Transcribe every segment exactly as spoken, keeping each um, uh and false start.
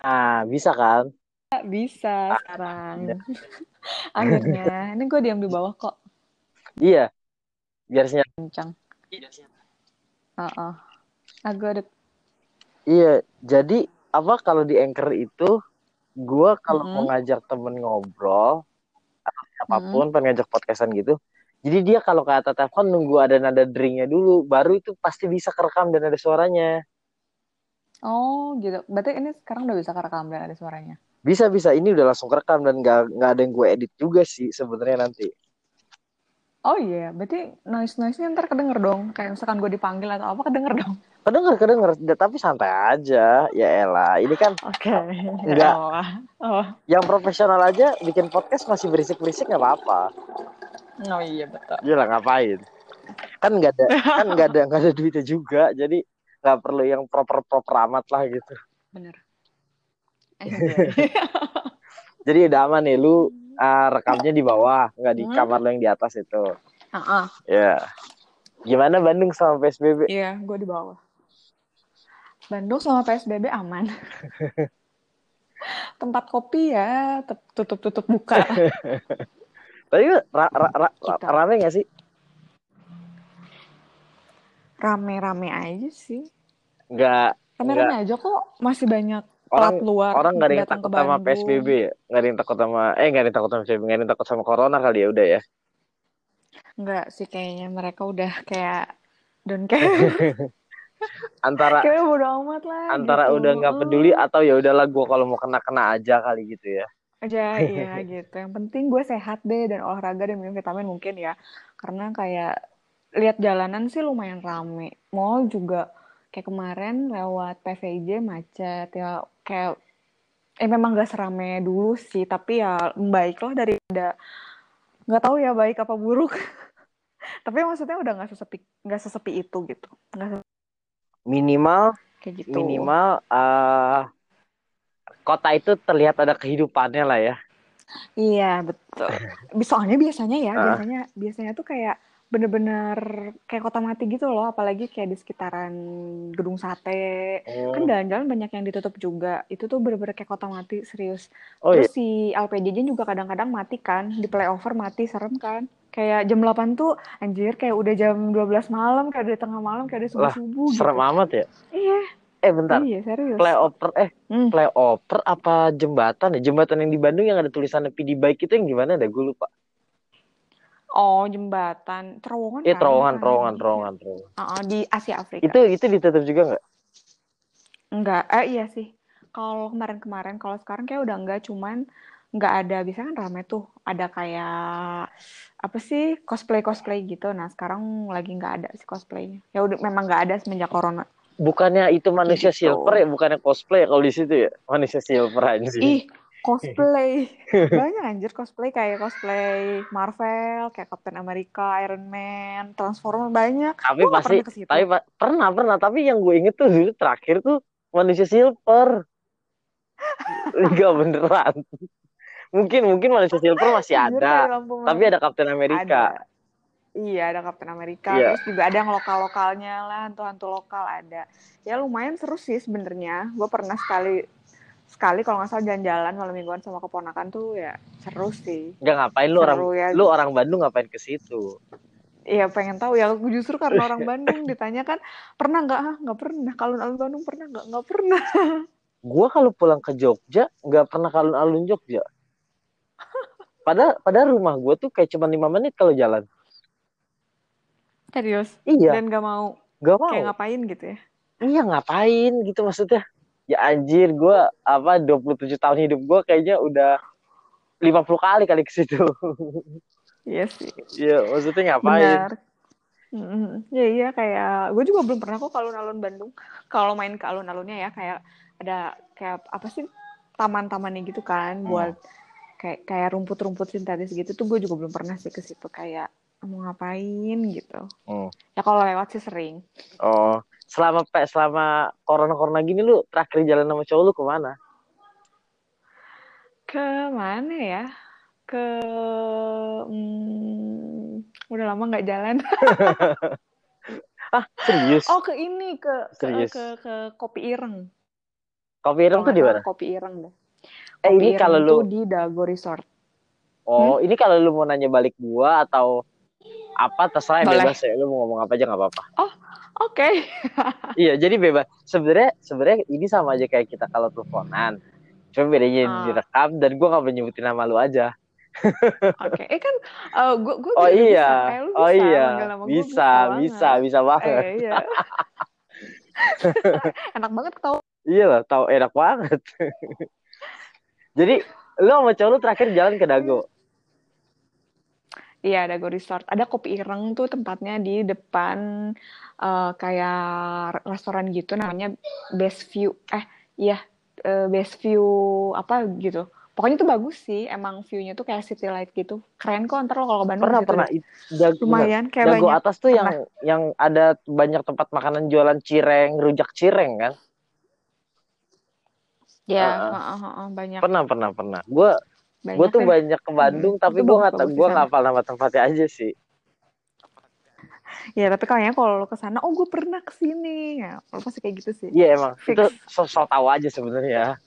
Nah, bisa kan? Bisa sekarang. Akhirnya. Ini gue diam di bawah kok. Iya, biar sinyal. Kencang. Heeh. Agak ada. Iya, jadi apa kalau di Anchor itu, gue kalau mau Mm-mm. ngajak temen ngobrol, Mm-mm. apapun, pengen ngajak podcastan gitu, jadi dia kalau ke atas telepon nunggu ada nada deringnya dulu, baru itu pasti bisa kerekam dan ada suaranya. Oh gitu. Berarti ini sekarang udah bisa kerekam dan ada suaranya. Bisa bisa, ini udah langsung kerekam dan nggak nggak ada yang gue edit juga sih sebenarnya nanti. Oh iya, yeah. Berarti noise-noise-nya ntar kedenger dong. Kayak misalkan gue dipanggil atau apa kedenger dong. Kedenger kedenger, tapi santai aja. Ya elah, ini kan Oke. nggak, Oh. Oh. yang profesional aja bikin podcast masih berisik-berisik nggak apa-apa. Oh iya betul. Gila ngapain? Kan nggak ada, kan nggak ada nggak ada duitnya juga, jadi nggak perlu yang proper-proper amat lah gitu. Bener. Anjay. Jadi udah aman nih, lu uh, rekamnya di bawah, nggak di Hmm? kamar lu yang di atas itu. Ah, Ya, gimana Bandung sama P S B B? iya, gue di bawah. Bandung sama P S B B aman. Tempat kopi ya tutup-tutup buka lah Tapi ra, ra, ra, kita. rame nggak sih? Rame-rame aja sih. Nggak, nggak, Rame-rame aja kok. Masih banyak orang plat luar orang nggak ada yang datang ke takut sama P S B B Bandung. ya, nggak ada yang takut sama, eh nggak ada yang takut sama P S B B, nggak ada yang takut sama corona kali ya, udah ya. Enggak sih kayaknya mereka udah kayak don't care. Antara Kayak bodo amat lah antara gitu. udah nggak peduli Eh, atau ya udahlah, gue kalau mau kena kena aja kali gitu ya. aja ya gitu. Yang penting gue sehat deh dan olahraga dan minum vitamin mungkin ya. Karena kayak lihat jalanan sih lumayan rame. Mall juga kayak kemarin lewat P V J macet ya kayak eh memang gak serame dulu sih tapi ya baiklah daripada nggak tahu ya baik apa buruk. Tapi maksudnya udah nggak sesepi nggak sesepi itu gitu nggak sesepi Minimal kayak gitu. minimal uh, kota itu terlihat ada kehidupannya lah ya. Iya betul. Soalnya biasanya ya Uh, biasanya biasanya tuh kayak bener-bener kayak kota mati gitu loh apalagi kayak di sekitaran gedung sate kan oh, jalan-jalan banyak yang ditutup juga itu tuh bener-bener kayak kota mati serius. oh Terus ya, si L P J J juga kadang-kadang mati kan di playover mati serem kan kayak jam delapan tuh anjir kayak udah jam dua belas malam kayak udah tengah malam kayak udah lah subuh-subuh serem gitu. amat ya. Iya Eh bentar, iya serius. flyover eh Hmm. flyover apa jembatan ya? Jembatan yang di Bandung yang ada tulisannya P D Bike itu yang gimana deh? Gue lupa. Oh jembatan terowongan Eh kan terowongan, bukan terowongan, ini ya. terowongan, terowongan. Uh, di Asia Afrika. Itu itu ditutup juga nggak? Enggak, eh iya sih. Kalau kemarin-kemarin, kalau sekarang kayak udah enggak, cuman nggak ada. Biasanya kan rame tuh, ada kayak apa sih cosplay-cosplay gitu. Nah sekarang lagi nggak ada sih cosplaynya. Ya udah memang nggak ada semenjak corona Bukannya itu kayak manusia gitu. silver ya? Bukannya cosplay ya kalau di situ ya? Manusia silver anjing. Ih, cosplay. Banyak anjir cosplay kayak cosplay Marvel, kayak Captain America, Iron Man, Transformer banyak. Tapi Gue nggak pasti, pernah ke situ. tapi pa- pernah pernah. Tapi yang gue inget tuh dulu terakhir tuh manusia silver. Liga beneran. Mungkin mungkin manusia silver masih Anjir kayak ada. di lampu Tapi merah. ada Captain Amerika. Ada. Iya, ada Captain Amerika. Iya. Terus juga ada yang lokal-lokalnya lah, hantu-hantu lokal ada. Ya lumayan seru sih sebenarnya. Gue pernah sekali sekali kalau nggak salah jalan-jalan malam mingguan sama keponakan tuh ya seru sih. Nggak, ngapain lu orang Seru ya. lu orang Bandung ngapain ke situ? Iya pengen tahu ya. Justru karena orang Bandung ditanya kan pernah nggak? Ah, nggak pernah. Kalau alun Bandung pernah nggak? Nggak pernah. Gua kalau pulang ke Jogja nggak pernah ke alun-alun Jogja. Padahal padahal rumah gua tuh kayak cuma lima menit kalau jalan. Serius. Iya, Dan nggak mau nggak kayak mau. ngapain gitu ya. Iya, ngapain gitu maksudnya? Ya anjir, gua apa dua puluh tujuh tahun hidup gua kayaknya udah lima puluh kali kali ke situ. Iya sih. Iya, maksudnya ngapain? Benar. Mm, iya iya kayak gue juga belum pernah kok ke alun-alun Bandung. Kalau main ke alun-alunnya ya kayak ada kayak apa sih taman-tamannya gitu kan Hmm. buat kayak kayak rumput-rumput sintetis gitu tuh gue juga belum pernah sih ke situ kayak mau ngapain gitu. Hmm. Ya kalau lewat sih sering. Oh, selama pe selama corona-corona gini lu terakhir jalan sama cowok lu kemana? Ke mana ya? Ke hmm, udah lama nggak jalan. Ah, serius? Oh ke ini ke ke Serius? ke, ke Kopi Ireng. Kopi Kalau Ireng tuh nggak di salah mana? Kopi Ireng deh. Eh Kopi ini Ireng kalau lu tuh di Dago Resort. oh Hmm? ini kalau lu mau nanya balik gua atau apa terserah ya, Boleh. bebas ya, lu mau ngomong apa aja nggak apa-apa. Oh, oke. Okay. Iya jadi bebas. Sebenarnya sebenarnya ini sama aja kayak kita kalau teleponan. Cuma bedanya uh, direkam dan gua nggak menyebutin nama lu aja. oke. Okay. Eh kan, uh, gue gue Oh juga iya, bisa. Eh lu oh bisa iya, manggil nama gue bisa, bisa bisa, banget. bisa banget. Eh iya. Enak banget ketawa. Iya lah, tahu enak banget. Jadi lu sama cowok lu terakhir jalan ke Dago. Iya, Dago Resort. Ada Kopi Ireng tuh tempatnya di depan uh, kayak restoran gitu namanya Best View. Eh, iya, uh, Best View apa gitu. Pokoknya tuh bagus sih, emang view-nya tuh kayak city light gitu. Keren kok, ntar lo kalau ke Bandung ke Pernah situ pernah deh. it- Dago, bener. Lumayan, kayak Dago banyak. atas tuh yang Pernah. yang ada banyak tempat makanan jualan cireng, rujak cireng kan? Ya, Heeh. heeh, heeh, banyak. Pernah pernah pernah. Gue gue Banyak tuh deh. banyak ke Mm, Bandung tapi itu gue nggak bagus-bagus di gue nggak sana. hafal nama tempatnya aja sih. Ya, tapi kayaknya kalau lo ke sana, oh gue pernah ke sini. Ya, lo pasti kayak gitu sih. Iya emang itu Fix. so-so tahu aja sebenarnya.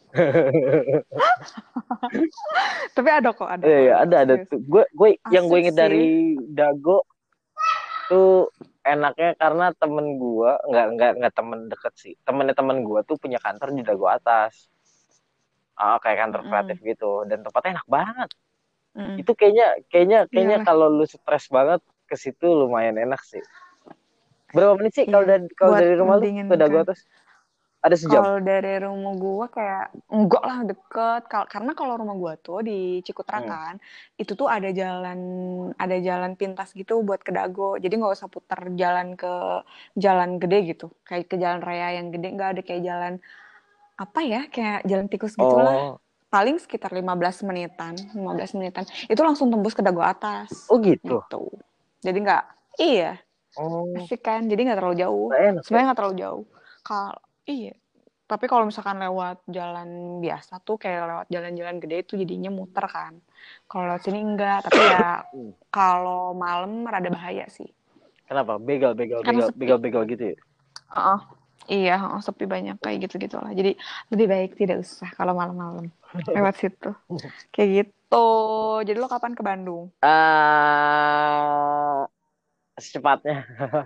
Tapi ada kok, ada Iya kok, iya, ada. ada ada Serius. tuh. Gue gue yang gue Asik inget dari sih. Dago tuh enaknya karena temen gue nggak nggak nggak temen deket sih, temennya temen gue tuh punya kantor di Dago atas. Ah, kayak kantor kreatif Mm-mm. gitu dan tempatnya enak banget. Mm-mm. Itu kayaknya kayaknya kayaknya Iyalah. kalau lu stres banget ke situ lumayan enak sih. Berapa menit sih kalau Iya. dari kalau Buat dari rumah lu ke Dago mendinginkan. atas? Ada sejam. Kalau dari rumah gua kayak enggak lah deket. Kal- karena kalau rumah gua tuh di Cikutra Hmm. kan, itu tuh ada jalan ada jalan pintas gitu buat ke Dago. Jadi nggak usah putar jalan ke jalan gede gitu. Kayak ke jalan raya yang gede nggak ada kayak jalan apa ya? Kayak jalan tikus gitulah. Oh, Paling sekitar lima belas menitan, lima belas menitan. Itu langsung tembus ke Dago atas oh gitu. gitu. Jadi nggak iya, Oh, asik kan. Jadi nggak terlalu jauh. enak ya. Sebenarnya nggak terlalu jauh. Kalau iya, tapi kalau misalkan lewat jalan biasa tuh kayak lewat jalan-jalan gede itu jadinya muter kan. Kalau lewat sini enggak, tapi ya Hmm. kalau malam rada bahaya sih. Kenapa? Begal, begal, Karena begal, sepi. begal, begal gitu ya? Uh-uh. Iya, uh, sepi banyak kayak gitu-gitu lah. Jadi lebih baik tidak usah kalau malam-malam lewat situ. Kayak gitu. Jadi lo kapan ke Bandung? Ah, secepatnya.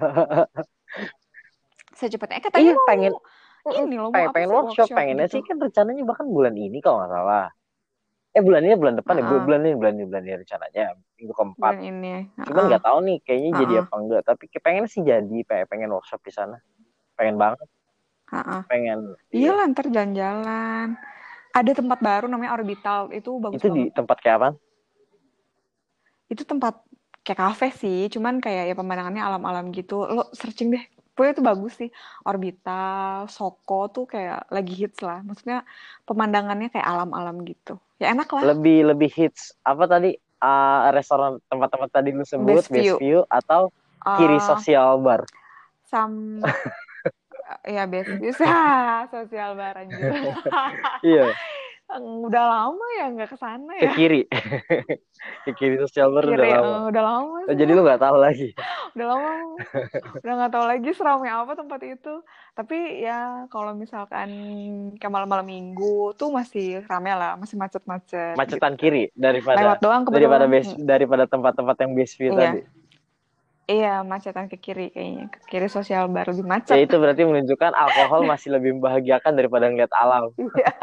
Secepatnya. Eh katanya Iya, pengen mau Mm-mm. ini lo mau pengen apa pengen sih workshop, workshop pengennya gitu? sih kan rencananya bahkan bulan ini kalau nggak salah. Eh bulan ini bulan depan ya, Bu- Uh-uh. bulan ini bulan ini bulan ini rencananya minggu keempat. Bulan ini. Cuman Uh-uh. nggak tahu nih kayaknya jadi Uh-uh. apa enggak. Tapi kayak pengen sih jadi, pengen, pengen workshop di sana. Pengen banget, Uh-uh. pengen. Iya. Iyalah ntar jalan-jalan. Ada tempat baru namanya Orbital. Itu bagus Itu di banget. tempat kayak apa? Itu tempat kayak kafe sih. Cuman kayak ya pemandangannya alam-alam gitu. Lo searching deh. Pokoknya itu bagus sih. Orbital, Soko tuh kayak lagi hits lah. Maksudnya pemandangannya kayak alam-alam gitu. Ya enak lah. Lebih lebih hits apa tadi? Ah, restoran tempat-tempat tadi lu sebut Best Best view. View atau Kiri Uh, Sosial Bar? sama ya best view. Sosial bar anjir. Iya, Udah lama ya nggak kesana ke ya. kiri. Ke Kiri Sosial Bar udah Kiri, lama. uh, udah lama Oh, sih jadi gue. lu nggak tahu lagi. Udah lama. Udah nggak tahu lagi seramai apa tempat itu. Tapi ya kalau misalkan kayak malam-malam minggu tuh masih rame lah, masih macet-macet Macetan gitu. kiri daripada Lewat doang daripada kebetulan. base Hmm, daripada tempat-tempat yang Best View iya, tadi. iya macetan ke kiri kayaknya. Ke kiri sosial baru lebih Ya macet. itu berarti menunjukkan alkohol masih lebih membahagiakan daripada ngeliat alam. Iya,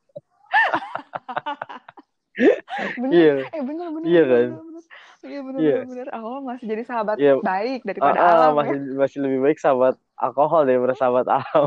bener. Iya, Eh bener bener iya bener kan? bener bener. Iya bener Iya, bener bener. Oh masih jadi sahabat iya. baik Ah, daripada ah, alam ya. masih masih lebih baik sahabat alkohol daripada sahabat alam.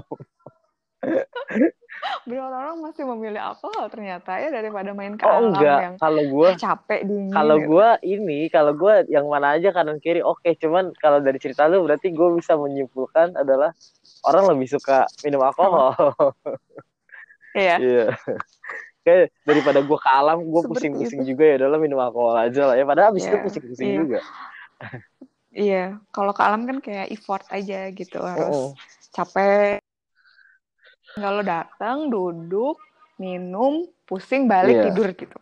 Bener orang masih memilih alkohol ternyata ya daripada main ke Oh alam enggak, yang kalau gue ah, capek dingin kalau gitu. gue ini kalau gue yang mana aja kanan kiri oke. Cuman kalau dari cerita lu berarti gue bisa menyimpulkan adalah orang lebih suka minum Apa? alkohol. Iya, Iya. Kayak daripada gue ke alam, gue seperti pusing-pusing itu. juga ya adalah minum alkohol aja lah ya. Padahal abis itu Iya, pusing-pusing iya, juga. iya. Kalau ke alam kan kayak effort aja gitu, harus Oh, capek. Nggak lo datang, duduk, minum, pusing, balik iya. tidur gitu.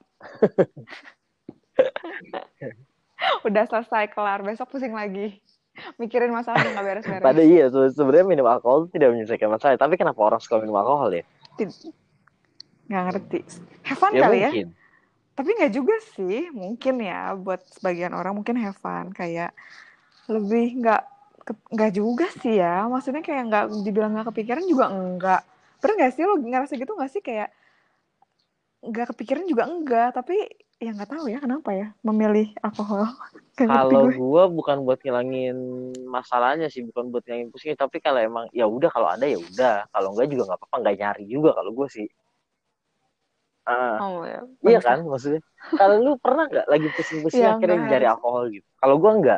Udah selesai kelar, besok pusing lagi. Mikirin masalah yang nggak beres-beres. Pada iya, se- sebenarnya minum alkohol itu tidak menyelesaikan masalah. Tapi kenapa orang suka minum alkohol ya? nggak ngerti. Have fun Ya kali ya. mungkin. Tapi nggak juga sih, mungkin ya buat sebagian orang mungkin have fun, kayak lebih nggak nggak juga sih ya. Maksudnya kayak nggak dibilang nggak kepikiran juga enggak. Pernah nggak sih lo ngerasa gitu nggak sih, kayak nggak kepikiran juga enggak, tapi ya nggak tahu ya kenapa ya memilih alkohol. Gak ngerti Kalau gue. gue bukan buat ngilangin masalahnya sih, bukan buat ngilangin pusing, tapi kalau emang ya udah, kalau ada ya udah, kalau enggak juga nggak apa-apa, nggak nyari juga kalau gue sih. Ah, Oh ya, iya bagus kan lah. maksudnya. Kalau lu pernah nggak lagi pusing-pusing Ya akhirnya nggak nyari harus. alkohol gitu? Kalau gue enggak.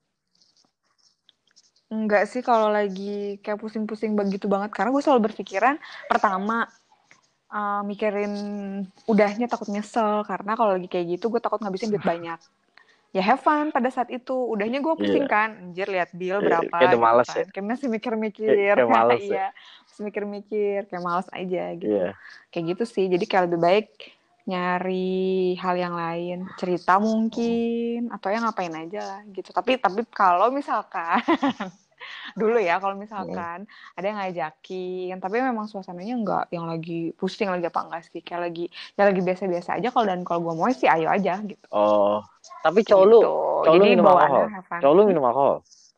Enggak sih kalau lagi kayak pusing-pusing begitu banget, karena gue selalu berpikiran pertama, uh, mikirin udahnya, takut nyesel, karena kalau lagi kayak gitu gue takut ngabisin duit banyak. Ya have fun pada saat itu, udahnya gue pusing Iya. kan, anjir lihat bill Iya, kayak berapa udah gitu males ya. kan, kayak masih Kayak, mikir-mikir. kayak males ya. Iya, masih mikir-mikir, kayak males aja gitu, Iya. kayak gitu sih. Jadi kayak lebih baik nyari hal yang lain, cerita mungkin, atau ya ngapain aja lah gitu. Tapi tapi kalau misalkan dulu ya, kalau Hmm. misalkan ada yang ngajakin, tapi memang suasananya enggak yang lagi pusing lagi apa enggak sih, kayak lagi ya lagi biasa-biasa aja. Kalau dan kalau gue mau sih ayo aja gitu. Oh, tapi cowok lu, Gitu. cowok lu Jadi minum alkohol. bawaannya have fun. Cowok lu Hmm? minum alkohol.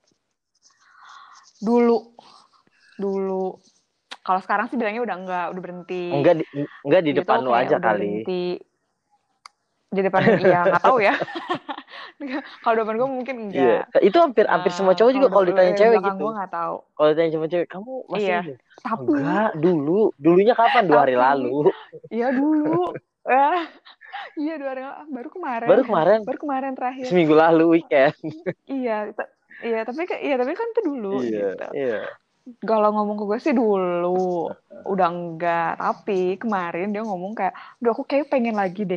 Dulu, dulu. Kalau sekarang sih bilangnya udah enggak, udah berhenti. Enggak di, enggak di Dia depan tuh lu kayak aja udah kali. berhenti di depan, iya nggak tahu ya. Kalau depan gue mungkin Iya, enggak. itu hampir hampir semua Uh, cowok juga kalau kalau ditanya cewek belakang gitu. gue nggak tahu. Kalau ditanya sama cewek, kamu masih Iya, minum? tapi Enggak, dulu. Dulunya kapan? Dua hari tapi lalu. ya dulu. Ah, iya dua hari lalu. Baru kemarin, Baru kemarin, baru kemarin terakhir. seminggu lalu weekend. Iya, iya tapi iya tapi kan itu dulu Iya, gitu. iya. Kalau ngomong ke gue sih dulu udah enggak, tapi kemarin dia ngomong kayak, udah aku kayak pengen lagi deh.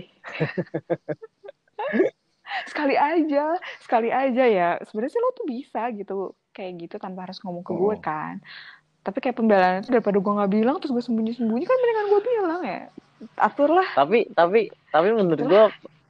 Sekali aja, sekali aja ya. Sebenarnya sih lo tuh bisa gitu, kayak gitu tanpa harus ngomong ke gue Hmm. kan. Tapi kayak pembelaan itu, daripada gue nggak bilang terus gue sembunyi-sembunyi, kan mendingan gue bilang ya. Atur lah Tapi tapi tapi menurut gitulah. gua,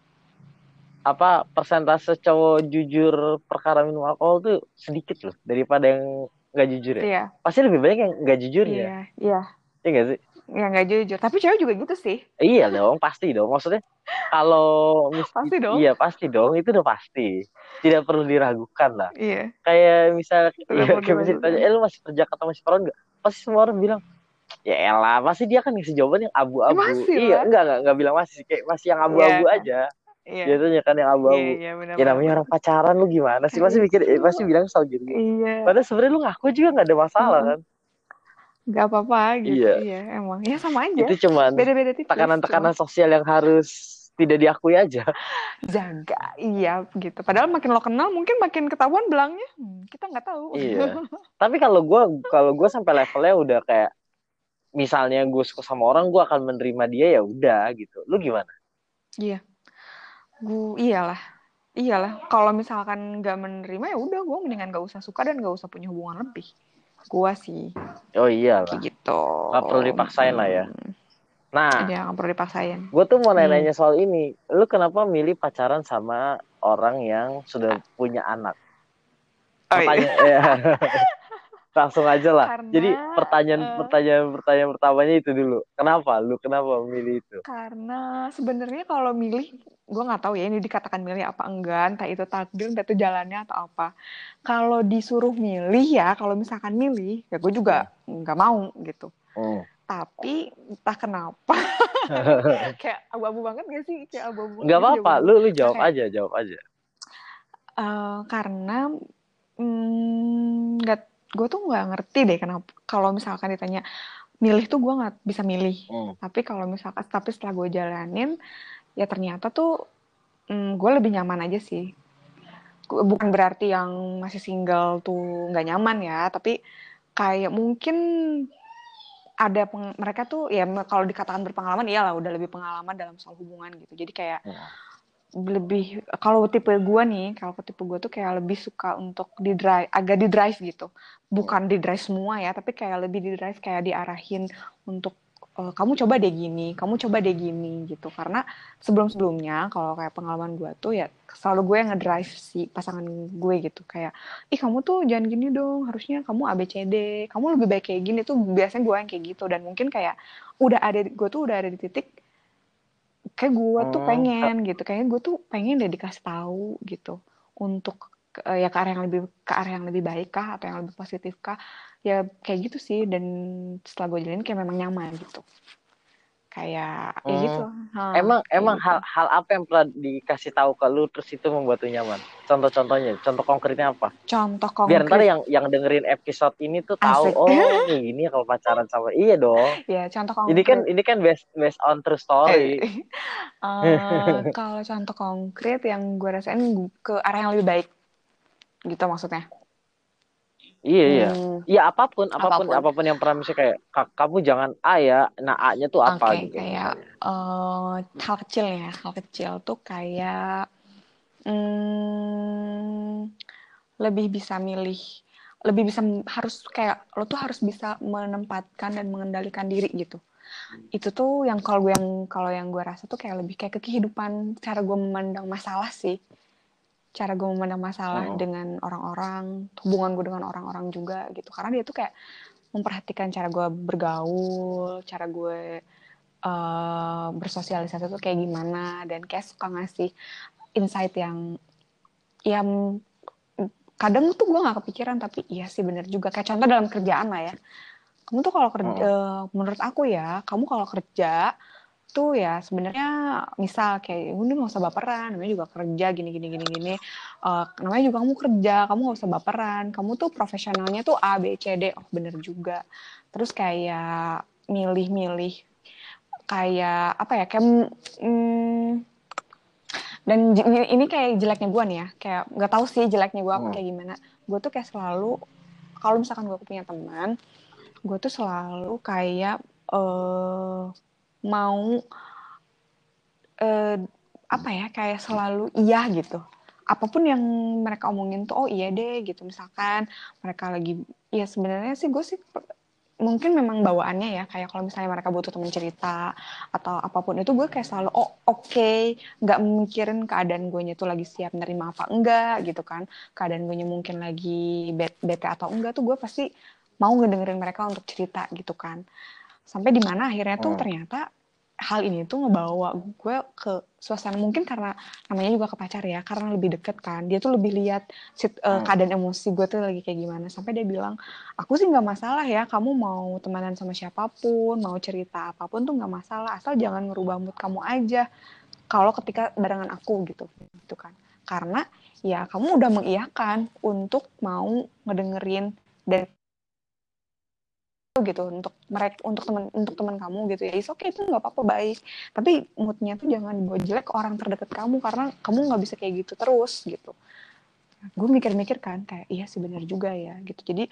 apa, persentase cowok jujur perkara minum alkohol tuh sedikit loh daripada yang nggak jujur ya. Iya, Pasti lebih banyak yang nggak jujurnya. iya, iya. Iya nggak sih? Ya nggak jujur. Tapi cewek juga gitu sih. Iya dong, pasti dong. Maksudnya kalau mis Pasti dong. iya pasti dong, itu udah pasti. Tidak perlu diragukan lah. Iya, Kayak misal, iya, tidak perlu kayak misalnya ditanya, diragukan. eh lu masih kerja atau masih perawan nggak? Pasti semua orang bilang, ya elah, pasti dia kan ngasih jawaban yang Ya abu-abu. masih Iya, lah. enggak, enggak, enggak bilang masih, kayak masih yang Iya, abu-abu aja. iya, Biasanya kan yang iya, abu-abu. iya, Ya namanya benar-benar. orang pacaran, lu gimana sih? Kayak Pasti mikir, itu. eh, pasti bilang soal gitu. Iya. Padahal sebenarnya lu ngaku juga nggak ada masalah Uh-uh. kan? Gak apa-apa gitu, Iya, iya emang. Ya sama aja. itu cuman Beda-beda tipis cuma. tekanan-tekanan sosial yang harus tidak diakui aja. Jaga, iya gitu. Padahal makin lo kenal mungkin makin ketahuan belangnya. Hmm, kita nggak tahu. Iya. Tapi kalau gue kalau gue sampai levelnya udah kayak, misalnya gue suka sama orang, gue akan menerima dia, ya udah gitu. Lu gimana? Iya, gue iyalah. Iyalah, kalau misalkan nggak menerima ya udah, gue mendingan gak usah suka dan gak usah punya hubungan lebih. Gue sih Oh iyalah, kayak gitu. nggak perlu dipaksain lah ya. Hmm, Nah, dia nggak perlu dipaksain. gue tuh mau Hmm. nanya soal ini. Lu kenapa milih pacaran sama orang yang sudah punya anak? Oh iya. Pertanyaan, ya. Langsung aja lah. Karena Jadi pertanyaan eh, pertanyaan pertanyaan pertamanya itu dulu. Kenapa? Lu kenapa milih itu? Karena sebenarnya kalau milih, gue nggak tahu ya ini dikatakan milih apa enggak, entah itu takdir, entah itu jalannya atau apa. Kalau disuruh milih ya, kalau misalkan milih, ya gue juga nggak mau gitu. Hmm. Tapi entah kenapa, kayak abu-abu banget gak sih? Kayak abu-abu Nggak banget apa-apa, jawaban lu gue. lu jawab Kayak, aja, jawab aja. uh, karena mm, nggak, gue tuh nggak ngerti deh kenapa. Kalau misalkan ditanya milih tuh gue nggak bisa milih. Hmm. Tapi kalau misalkan, tapi setelah gue jalanin, ya ternyata tuh mm, gue lebih nyaman aja sih. Bukan berarti yang masih single tuh nggak nyaman ya, tapi kayak mungkin ada peng, mereka tuh ya kalau dikatakan berpengalaman, iyalah udah lebih pengalaman dalam soal hubungan gitu. Jadi kayak Hmm. lebih, kalau tipe gue nih, kalau tipe gue tuh kayak lebih suka untuk di drive, agak di drive gitu. Bukan di drive semua ya, tapi kayak lebih di drive, kayak diarahin untuk oh, kamu coba deh gini, kamu coba deh gini gitu. Karena sebelum-sebelumnya kalau kayak pengalaman gue tuh ya selalu gue yang ngedrive si pasangan gue gitu. Kayak, ih kamu tuh jangan gini dong, harusnya kamu A B C D, kamu lebih baik kayak gini tuh biasanya gue yang kayak gitu. Dan mungkin kayak udah ada, gue tuh udah ada di titik kayak gue tuh Hmm, pengen gitu, kayaknya gue tuh pengen deh dikasih tahu gitu untuk eh, ya ke arah yang lebih ke arah yang lebih baik kah atau yang lebih positif kah ya kayak gitu sih. Dan setelah gue jalanin kayak memang nyaman gitu, kayak ya gitu. hmm. Hah, Emang kayak emang gitu. hal hal apa yang pernah dikasih tahu ke lu terus itu membuat lu nyaman? Contoh-contohnya, contoh konkretnya apa? Contoh Biar ntar konkret. yang yang dengerin episode ini tuh tahu, Asik. oh kayak gini ya kalau pacaran sama. Iya dong. Ya contoh Ini kan konkret. ini kan based based on true eh, story. eh, Kalau contoh konkret yang gue rasain ke arah yang lebih baik gitu maksudnya. Iya iya. Hmm, Iya apapun apapun apapun. apapun yang pernah misalnya kayak "Ka- kamu jangan A ya, nah A-nya tuh apa Oke, gitu kayak misalnya. eh, hal kecil ya, hal kecil tuh kayak hmm, lebih bisa milih, lebih bisa harus kayak lo tuh harus bisa menempatkan dan mengendalikan diri gitu. Itu tuh yang kalau gue yang kalau yang gue rasa tuh kayak lebih kayak ke kehidupan, cara gue memandang masalah sih, cara gue memandang masalah Mm-mm. dengan orang-orang, hubungan gue dengan orang-orang juga gitu. Karena dia tuh kayak memperhatikan cara gue bergaul, cara gue uh, bersosialisasi tuh kayak gimana, dan kayak suka ngasih insight yang yang kadang tuh gue nggak kepikiran tapi iya sih bener juga. Kayak contoh dalam kerjaan lah ya, kamu tuh kalau kerja, Mm-mm. uh, menurut aku ya kamu kalau kerja tuh ya sebenarnya misal kayak udah nggak usah baperan, namanya juga kerja gini gini gini gini, uh, namanya juga kamu kerja, kamu nggak usah baperan, kamu tuh profesionalnya tuh A B C D, oh bener juga. Terus kayak milih-milih kayak apa ya, kayak mm, dan ini kayak jeleknya gue nih ya, kayak nggak tahu sih jeleknya gue apa Mm. kayak gimana. Gue tuh kayak selalu kalau misalkan gue punya teman, gue tuh selalu kayak uh, mau uh, apa ya, kayak selalu iya gitu. Apapun yang mereka omongin tuh oh iya deh gitu. Misalkan mereka lagi, ya sebenarnya sih gue sih mungkin memang bawaannya ya, kayak kalau misalnya mereka butuh teman cerita atau apapun itu gue kayak selalu oh oke, okay. Nggak mikirin keadaan gue itu lagi siap nerima apa enggak gitu kan, keadaan gue mungkin lagi bete atau enggak tuh gue pasti mau ngedengerin mereka untuk cerita gitu kan. Sampai di mana akhirnya tuh Mm. ternyata hal ini tuh ngebawa gue ke suasana, mungkin karena namanya juga ke pacar ya, karena lebih deket kan, dia tuh lebih lihat uh, Mm. keadaan emosi gue tuh lagi kayak gimana. Sampai dia bilang, aku sih nggak masalah ya kamu mau temenan sama siapapun, mau cerita apapun tuh nggak masalah, asal jangan ngerubah mood kamu aja kalau ketika barengan aku gitu gitu kan. Karena ya kamu udah mengiyakan untuk mau ngedengerin dan gitu untuk mereka, untuk teman untuk teman kamu gitu ya, is oke okay, itu nggak apa-apa, baik, tapi moodnya tuh jangan dibawa jelek ke orang terdekat kamu karena kamu nggak bisa kayak gitu terus gitu. Gue mikir-mikir kan kayak iya sih benar juga ya gitu. Jadi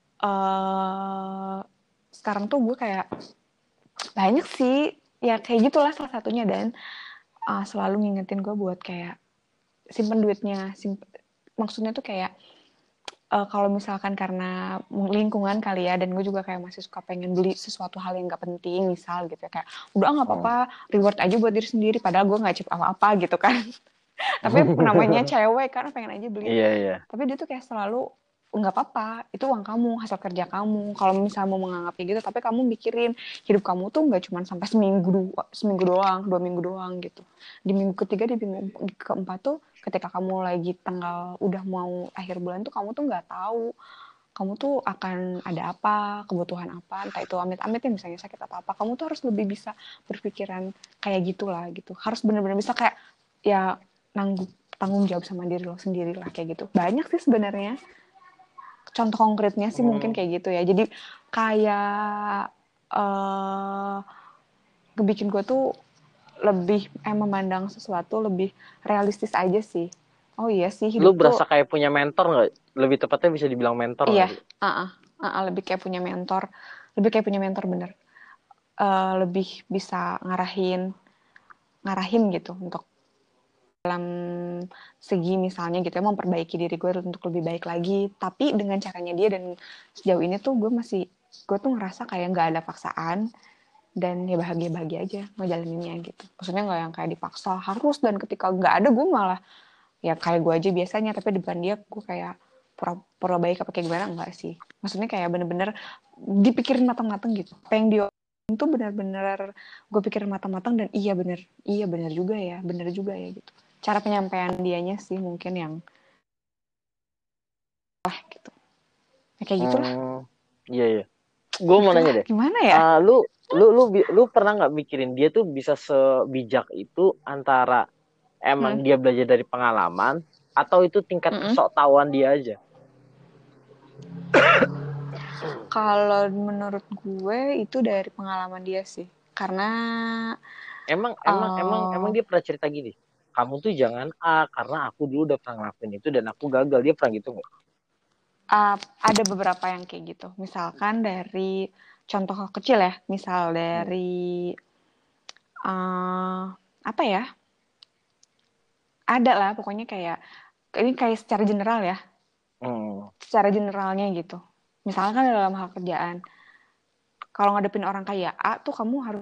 uh, sekarang tuh gue kayak banyak sih ya kayak gitulah salah satunya. Dan uh, selalu ngingetin gue buat kayak simpen duitnya, simpen, maksudnya tuh kayak uh, kalau misalkan karena lingkungan kali ya, dan gue juga kayak masih suka pengen beli sesuatu hal yang nggak penting misal gitu ya, kayak udah nggak Mm. apa-apa, reward aja buat diri sendiri, padahal gue nggak cip apa-apa gitu kan. Tapi namanya cewek kan pengen aja beli, Iya iya. tapi dia tuh kayak selalu nggak apa-apa, itu uang kamu, hasil kerja kamu, kalau misalnya mau menganggapnya gitu, tapi kamu mikirin hidup kamu tuh nggak cuma sampai seminggu dua, seminggu doang, dua minggu doang gitu. Di minggu ketiga, di minggu keempat tuh ketika kamu lagi tanggal udah mau akhir bulan tuh kamu tuh nggak tahu kamu tuh akan ada apa, kebutuhan apa, entah itu amit-amit ya misalnya sakit apa apa, kamu tuh harus lebih bisa berpikiran kayak gitulah gitu, harus benar-benar bisa kayak ya nanggung tanggung jawab sama diri lo sendiri lah kayak gitu. Banyak sih sebenarnya contoh konkretnya sih mungkin Mm. kayak gitu ya. Jadi kayak uh, ngebikin gue tuh lebih eh, memandang sesuatu lebih realistis aja sih. Oh iya sih Lu hidup tuh berasa kayak punya mentor nggak? Lebih tepatnya bisa dibilang mentor iya, nggak sih? uh-uh, uh-uh, lebih kayak punya mentor, lebih kayak punya mentor bener. Uh, lebih bisa ngarahin, ngarahin gitu untuk dalam segi misalnya gitu ya, memperbaiki diri gue untuk lebih baik lagi, tapi dengan caranya dia. Dan sejauh ini tuh gue masih, gue tuh ngerasa kayak nggak ada paksaan, dan ya bahagia-bahagia aja ngejalaninnya gitu. Maksudnya nggak yang kayak dipaksa harus, dan ketika nggak ada gue malah ya kayak gue aja biasanya, tapi di depan dia gue kayak pura-pura baik apa kayak gimana, enggak sih. Maksudnya kayak bener-bener dipikirin matang-matang gitu. Apa yang dia itu benar-benar gue pikirin matang-matang, dan iya bener, iya bener juga ya, bener juga ya gitu. Cara penyampaian dianya sih mungkin yang lah gitu. Ya, kayak gitulah. Hmm, iya iya. Gue mau Gitulah. nanya deh. Gimana ya? Uh, lu lu lu lu pernah nggak mikirin dia tuh bisa sebijak itu antara emang Hmm. dia belajar dari pengalaman atau itu tingkat Mm-mm. kesoktahuan dia aja? Kalau menurut gue itu dari pengalaman dia sih. Karena Emang emang emang emang uh, dia pernah cerita gini. Kamu tuh jangan A karena aku dulu udah pernah ngelakuin itu dan aku gagal. Dia pernah gitu nggak? uh, ada beberapa yang kayak gitu. Misalkan dari contoh kecil ya. Misal Hmm. dari uh, apa ya? Ada lah pokoknya kayak ini kayak secara general ya. Hmm. Secara generalnya gitu. Misalkan dalam hal kerjaan. Kalau ngadepin orang kayak A tuh kamu harus,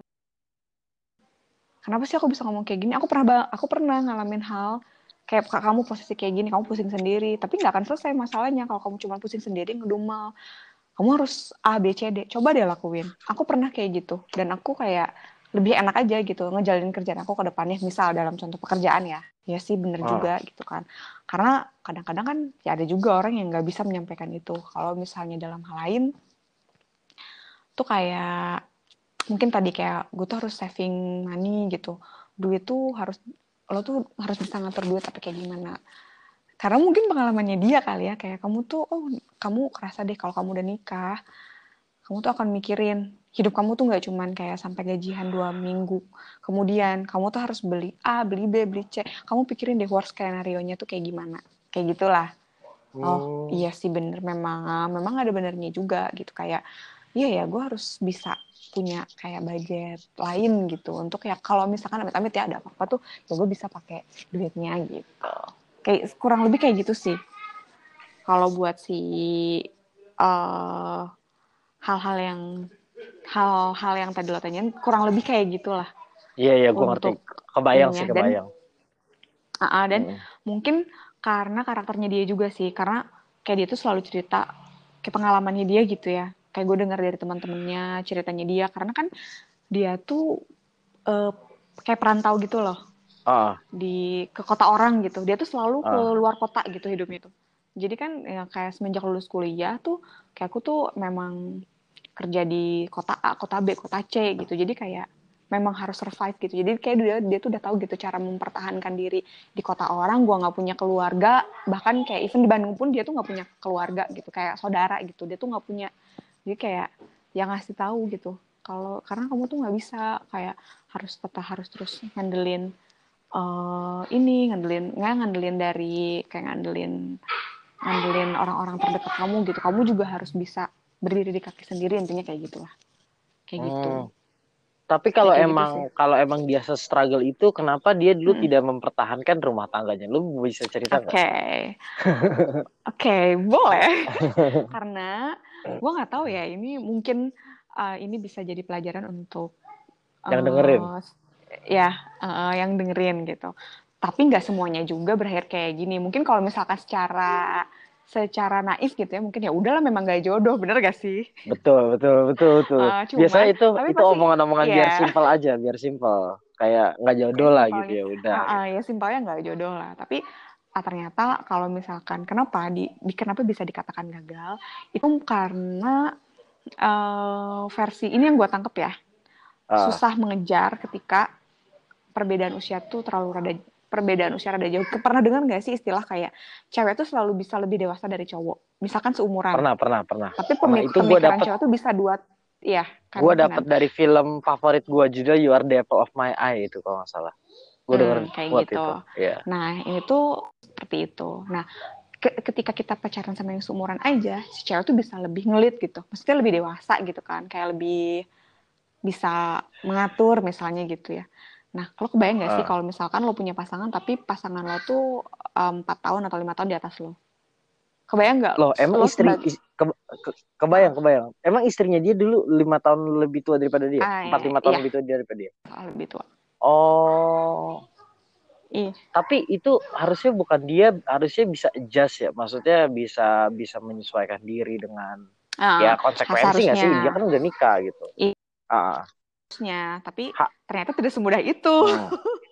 kenapa sih aku bisa ngomong kayak gini? Aku pernah aku pernah ngalamin hal kayak kamu posisi kayak gini, kamu pusing sendiri, tapi nggak akan selesai masalahnya kalau kamu cuma pusing sendiri ngedumel. Kamu harus A, B, C, D. Coba deh lakuin. Aku pernah kayak gitu. Dan aku kayak lebih enak aja gitu ngejalanin kerjaan aku ke depannya. Misal dalam contoh pekerjaan ya. Ya sih bener Ah. juga gitu kan. Karena kadang-kadang kan ya ada juga orang yang nggak bisa menyampaikan itu. Kalau misalnya dalam hal lain, tuh kayak mungkin tadi kayak gue tuh harus saving money gitu. Duit tuh harus, lo tuh harus bisa ngatur duit tapi kayak gimana. Karena mungkin pengalamannya dia kali ya, kayak kamu tuh, oh kamu kerasa deh kalau kamu udah nikah, kamu tuh akan mikirin hidup kamu tuh nggak cuman kayak sampai gajian dua minggu. Kemudian kamu tuh harus beli A, beli B, beli C. Kamu pikirin deh worst skenario-nya tuh kayak gimana. Kayak gitulah. Oh Hmm. iya sih bener, memang memang ada benernya juga gitu, kayak iya ya gue harus bisa punya kayak budget lain gitu untuk ya kalau misalkan amit-amit ya ada apa-apa tuh ya gue bisa pakai duitnya gitu. Kayak kurang lebih kayak gitu sih kalau buat si uh, hal-hal yang hal-hal yang tadi lo tanyain, kurang lebih kayak gitulah Iya iya gue ngerti. untuk Kebayang sih ininya. Dan kebayang. uh, dan Hmm. mungkin karena karakternya dia juga sih, karena kayak dia tuh selalu cerita kayak pengalamannya dia gitu ya, kayak gue dengar dari teman-temannya ceritanya dia, karena kan dia tuh uh, kayak perantau gitu loh, Ah. di ke kota orang gitu, dia tuh selalu ke Ah. luar kota gitu hidupnya tuh. Jadi kan ya, kayak semenjak lulus kuliah tuh kayak aku tuh memang kerja di kota A, kota B, kota C gitu. Jadi kayak memang harus survive gitu. Jadi kayak dia dia tuh udah tahu gitu cara mempertahankan diri di kota orang. Gua nggak punya keluarga, bahkan kayak even di Bandung pun dia tuh nggak punya keluarga gitu, kayak saudara gitu. Dia tuh nggak punya. Jadi kayak yang ngasih tahu gitu. Kalau karena kamu tuh nggak bisa kayak harus tetap harus terus ngandelin uh, ini ngandelin nggak ngandelin dari kayak ngandelin ngandelin orang-orang terdekat kamu gitu. Kamu juga harus bisa berdiri di kaki sendiri, intinya kayak gitulah. Kayak gitu. Hmm. Tapi Ya kalau kayak gitu sih. emang kalau emang dia se-struggle itu, kenapa dia dulu Hmm. tidak mempertahankan rumah tangganya? Lu bisa cerita Oke. nggak? Okay. Oke, okay, boleh. Karena gue nggak tahu ya, ini mungkin uh, ini bisa jadi pelajaran untuk Yang dengerin. uh, ya uh, yang dengerin gitu. Tapi nggak semuanya juga berakhir kayak gini. Mungkin kalau misalkan secara secara naif gitu ya, mungkin ya udahlah memang gak jodoh, bener gak sih? Betul, betul, betul, betul. Uh, Biasanya cuman, itu tapi itu pasti omongan-omongan biar ya simpel aja, biar simpel. Kayak nggak jodoh kayak lah gitu simpelnya, ya, udah. uh, uh, Gitu. ya simpelnya nggak jodoh lah. Tapi ah, ternyata kalau misalkan kenapa di, di kenapa bisa dikatakan gagal, itu karena uh, versi ini yang gue tangkep ya, Ah, susah mengejar ketika perbedaan usia tuh terlalu rada perbedaan usia rada jauh. Pernah dengar nggak sih istilah kayak cewek tuh selalu bisa lebih dewasa dari cowok, misalkan seumuran, pernah, pernah, pernah. tapi Pernah itu gue pemikiran dapet, cewek tuh bisa dua, ya kan gue mungkin dapet kan. dari film favorit gue judul You Are the Apple of My Eye itu kalau nggak salah. Gue denger Hmm, kayak quote gitu. itu. Iya. Nah, ini tuh seperti itu. Nah, ke- ketika kita pacaran sama yang seumuran aja, si cewek tuh bisa lebih ngelit gitu. Maksudnya lebih dewasa gitu kan. Kayak lebih bisa mengatur misalnya gitu ya. Nah, lo kebayang gak sih Ah. kalau misalkan lo punya pasangan, tapi pasangan lo tuh um, empat tahun atau lima tahun di atas lo? Kebayang nggak Loh, emang lo istri sebagai is, ke, ke, kebayang kebayang. Emang istrinya dia dulu lima tahun lebih tua daripada dia? ah Empat ya, lima tahun iya lebih tua daripada dia. lebih tua. Oh, Iya. tapi itu harusnya bukan dia, harusnya bisa adjust ya. Maksudnya bisa bisa menyesuaikan diri dengan Ah, ya konsekuensi nggak seharusnya sih? Dia kan udah nikah gitu. iya, Ah, harusnya, tapi ha, ternyata tidak semudah itu. hmm.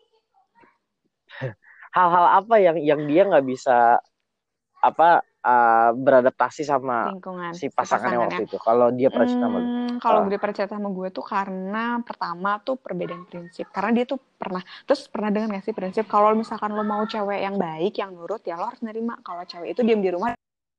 Hal-hal apa yang yang dia nggak bisa apa uh, beradaptasi sama Lingkungan si si pasangannya pasangannya. waktu itu? Kalau dia pernah cerita sama lu? Hmm, kalau Ah, gue pernah cerita sama gue tuh karena pertama tuh perbedaan prinsip. Karena dia tuh pernah, terus pernah dengar gak sih prinsip kalau misalkan lo mau cewek yang baik, yang nurut, ya lo harus nerima. Kalau cewek itu diam di rumah.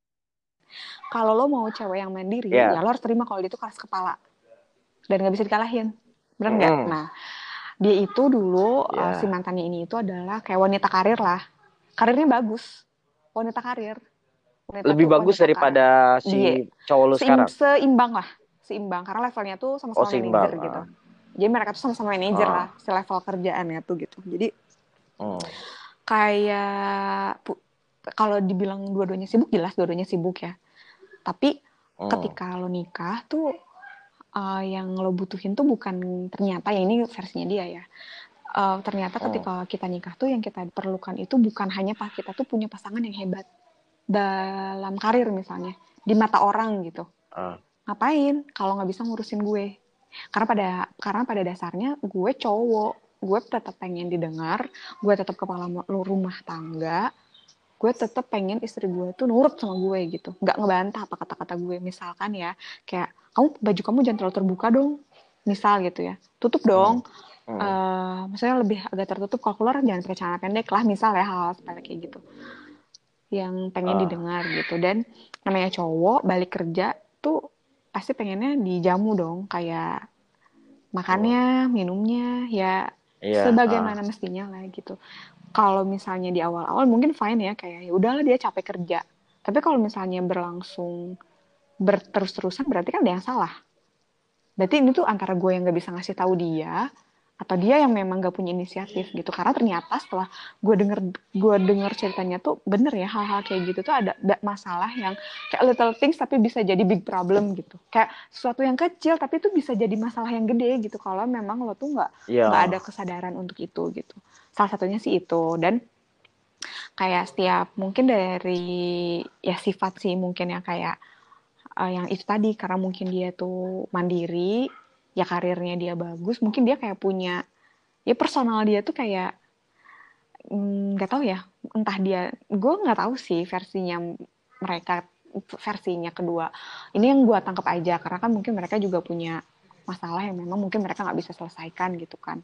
Kalau lo mau cewek yang mandiri, ya ya, lo harus terima kalau dia tuh keras kepala dan gak bisa dikalahin. Bener nggak? mm-mm. Nah, dia itu dulu uh, si Ya, mantannya ini itu adalah kayak wanita karir lah. Karirnya bagus, wanita karir. Wanita lebih tuh bagus wanita karir. daripada Dia si cowok lu seim, sekarang. seimbang lah, seimbang karena levelnya tuh Oh, sama-sama manajer seimbang. gitu. Ah, Jadi mereka tuh sama-sama manajer lah, ah, selevel kerjaannya tuh gitu. Jadi hmm, kayak kalau dibilang dua-duanya sibuk, jelas dua-duanya sibuk ya. Tapi hmm, ketika lo nikah tuh uh, yang lo butuhin tuh bukan ternyata ya ini versinya dia ya. Uh, ternyata hmm, ketika kita nikah tuh yang kita perlukan itu bukan hanya pas kita tuh punya pasangan yang hebat dalam karir misalnya di mata orang gitu. ah, Ngapain kalau nggak bisa ngurusin gue? Karena pada karena pada dasarnya gue cowok, gue tetap pengen didengar, gue tetap kepala rumah tangga, gue tetap pengen istri gue tuh nurut sama gue gitu, nggak ngebantah apa kata-kata gue. Misalkan ya kayak kamu baju kamu jangan terlalu terbuka dong, misal gitu ya, tutup hmm, dong. hmm, Uh, maksudnya lebih agak tertutup, kalau keluar jangan pakai celana pendek lah, misal ya, hal-hal sepele kayak gitu yang pengen ah, didengar gitu. Dan namanya cowok balik kerja tuh pasti pengennya dijamu dong, kayak hmm, makannya, minumnya ya iya, sebagaimana ah, mestinya lah gitu. Kalau misalnya di awal-awal mungkin fine ya, kayak ya udahlah dia capek kerja. Tapi kalau misalnya berlangsung berterus-terusan berarti kan ada yang salah. Berarti ini tuh antara gue yang gak bisa ngasih tahu dia atau dia yang memang gak punya inisiatif gitu. Karena ternyata setelah gue denger gue denger ceritanya tuh bener ya, hal-hal kayak gitu tuh ada, ada masalah yang kayak little things tapi bisa jadi big problem gitu. Kayak sesuatu yang kecil tapi itu bisa jadi masalah yang gede gitu kalau memang lo tuh nggak iya, nggak ada kesadaran untuk itu gitu. Salah satunya sih itu. Dan kayak setiap mungkin dari ya sifat sih mungkin ya, kayak uh, yang itu tadi, karena mungkin dia tuh mandiri, ya karirnya dia bagus, mungkin dia kayak punya ya personal dia tuh kayak nggak mm, tahu ya, entah dia, gue nggak tahu sih versinya mereka, versinya kedua ini yang gue tangkap aja, karena kan mungkin mereka juga punya masalah yang memang mungkin mereka nggak bisa selesaikan gitu kan.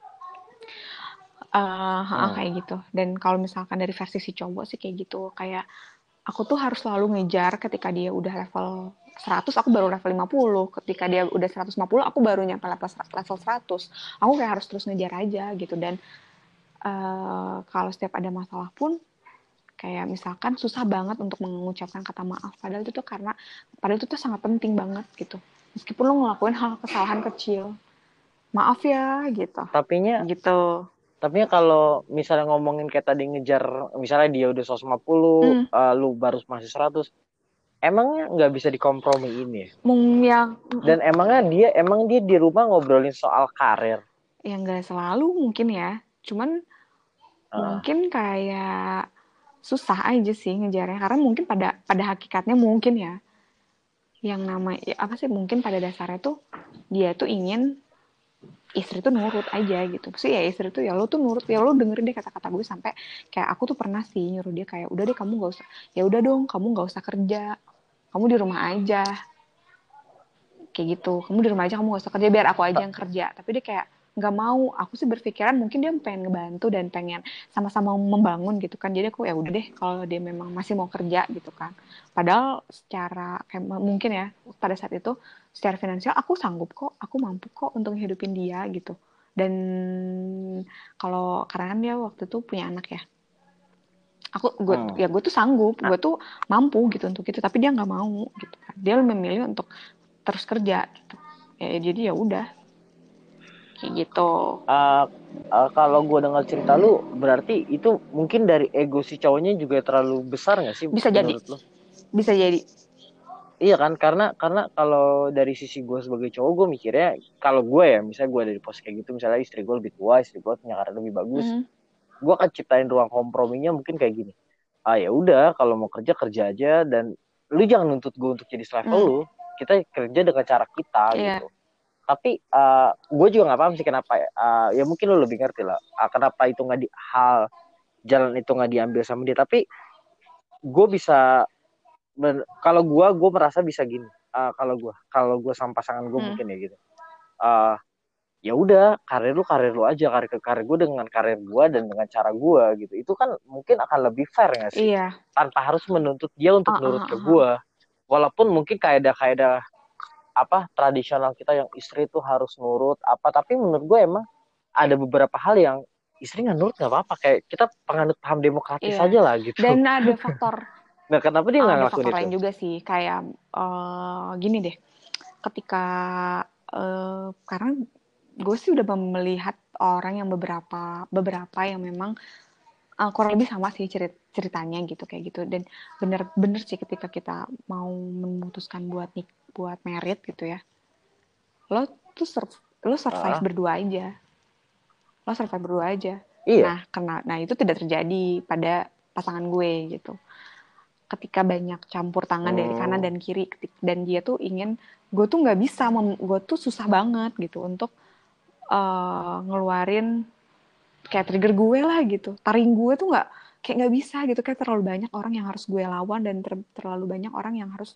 Uh, hmm, kayak gitu. Dan kalau misalkan dari versi si cowok sih kayak gitu, kayak aku tuh harus selalu ngejar ketika dia udah level seratus, aku baru level lima puluh. Ketika dia udah seratus lima puluh, aku baru nyampe level level seratus. Aku kayak harus terus ngejar aja gitu. Dan uh, kalau setiap ada masalah pun kayak misalkan susah banget untuk mengucapkan kata maaf. Padahal itu tuh karena padahal itu tuh sangat penting banget gitu. Meskipun lo ngelakuin hal kesalahan kecil, maaf ya gitu. tapinya Gitu. Tapi kalau misalnya ngomongin kayak tadi ngejar, misalnya dia udah seratus lima puluh, Hmm, uh, lu baru masih seratus, emangnya nggak bisa dikompromiin ya? mung yang Dan emangnya dia, emang dia di rumah ngobrolin soal karir? yang nggak selalu mungkin ya. Cuman Uh, mungkin kayak susah aja sih ngejarnya, karena mungkin pada pada hakikatnya mungkin ya, yang nama ya apa sih, mungkin pada dasarnya tuh dia tuh ingin istri tuh nurut aja gitu sih ya. Istri tuh ya lo tuh nurut, ya lo dengerin deh kata-kata gue, sampai kayak aku tuh pernah sih nyuruh dia kayak udah deh kamu gak usah, ya udah dong kamu gak usah kerja, kamu di rumah aja, kayak gitu, kamu di rumah aja, kamu gak usah kerja, biar aku aja yang kerja. Tapi dia kayak nggak mau. Aku sih berpikiran mungkin dia pengen ngebantu dan pengen sama-sama membangun gitu kan. Jadi aku ya udah deh kalau dia memang masih mau kerja gitu kan. Padahal secara kayak mungkin ya pada saat itu secara finansial aku sanggup kok, aku mampu kok untuk hidupin dia gitu. Dan kalau karena kan dia waktu itu punya anak ya, aku gue hmm. ya gue tuh sanggup, Nah, gue tuh mampu gitu untuk itu, tapi dia nggak mau gitu kan. Dia memilih untuk terus kerja gitu ya, jadi ya udah kayak gitu. uh, uh, kalau gue dengar cerita lu, berarti itu mungkin dari ego si cowoknya juga terlalu besar nggak sih Bisa jadi, menurut lu? Bisa jadi. Iya kan, karena karena kalau dari sisi gue sebagai cowok, gue mikirnya kalau gue ya, misalnya gue dari pos kayak gitu, misalnya istri gue lebih tua, istri gue punya karir lebih bagus, Mm. gue akan ciptain ruang komprominya mungkin kayak gini. Ah ya udah, kalau mau kerja kerja aja, dan lu jangan nuntut gue untuk jadi selevel Mm. lu. Kita kerja dengan cara kita Iya. gitu. Tapi uh, gue juga nggak paham sih kenapa ya. Uh, ya mungkin lu lebih ngerti lah. Uh, kenapa itu nggak di hal jalan itu nggak diambil sama dia. Tapi gue bisa ben, kalau gue gue merasa bisa gini. Uh, kalau gue kalau gue sama pasangan gue Mm. mungkin ya gitu. Uh, ya udah, karir lu karir lu aja, karir ke karir gue dengan karir gue dan dengan cara gue gitu. Itu kan mungkin akan lebih fair nggak sih? Iya. Tanpa harus menuntut dia untuk Uh, nurut uh, ke uh, uh. gue. Walaupun mungkin kaedah-kaedah apa tradisional kita yang istri itu harus nurut apa, tapi menurut gue emang ada beberapa hal yang istri nggak nurut nggak apa-apa, kayak kita penganut paham demokratis Iya. aja lah gitu. Dan ada faktor Nah kenapa dia nggak ada ngelakuin faktor itu? lain juga sih, kayak uh, gini deh, ketika uh, karena gue sih udah melihat orang yang beberapa beberapa yang memang uh, kurang lebih sama sih cerit ceritanya gitu kayak gitu, dan bener-bener sih ketika kita mau memutuskan buat nik buat merit gitu ya, lo tuh sur- lo survive Ah, berdua aja, lo survive berdua aja. iya. Nah karena nah itu tidak terjadi pada pasangan gue gitu. Ketika banyak campur tangan dari kanan Hmm. dan kiri, dan dia tuh ingin, gue tuh nggak bisa, gue tuh susah banget gitu untuk uh, ngeluarin kayak trigger gue lah gitu, taring gue tuh nggak, kayak nggak bisa gitu, kayak terlalu banyak orang yang harus gue lawan, dan ter terlalu banyak orang yang harus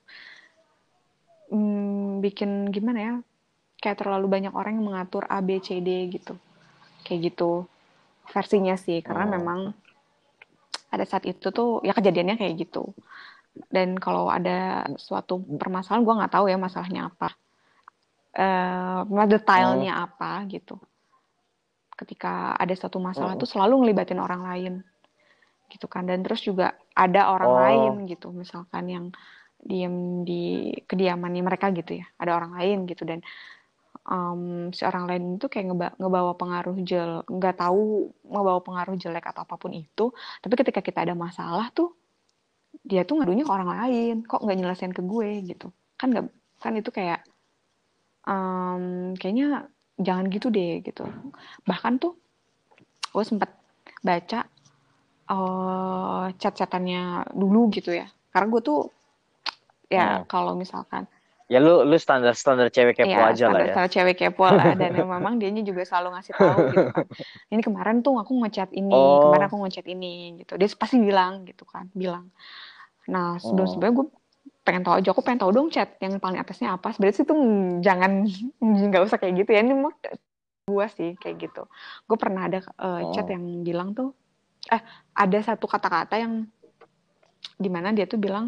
hmm, bikin gimana ya, kayak terlalu banyak orang yang mengatur A B C D gitu, kayak gitu versinya sih, karena Hmm. memang pada saat itu tuh ya kejadiannya kayak gitu. Dan kalau ada suatu permasalahan, gue nggak tahu ya masalahnya apa, uh, Hmm. detailnya apa gitu. Ketika ada suatu masalah Hmm. tuh selalu ngelibatin orang lain gitu kan, dan terus juga ada orang lain Oh. gitu, misalkan yang diem di kediamannya mereka gitu ya, ada orang lain gitu, dan um, si orang lain itu kayak ngeba ngebawa pengaruh jel nggak tahu ngebawa pengaruh jelek atau apapun itu, tapi ketika kita ada masalah tuh dia tuh ngadunya ke orang lain, kok nggak nyelesain ke gue gitu kan, nggak kan, itu kayak um, kayaknya jangan gitu deh gitu. Bahkan tuh gue sempet baca uh, chat-chatannya dulu gitu ya, karena gue tuh ya Hmm. kalau misalkan Ya lu lu standar standar cewek kepo ya aja lah standar ya. standar cewek kepo lah, dan memang dianya juga selalu ngasih tahu gitu kan, ini kemarin tuh aku ngechat ini, kemarin Oh. aku ngechat ini gitu, dia pasti bilang gitu kan, bilang. Nah sebelum Hmm. sebelumnya gue pengen tahu aja, aku pengen tahu dong chat yang paling atasnya apa sebenarnya sih, tuh jangan, nggak usah kayak gitu ya, ini mau gue sih kayak gitu. Gue pernah ada uh, chat Hmm. yang bilang tuh, eh ada satu kata-kata yang dimana dia tuh bilang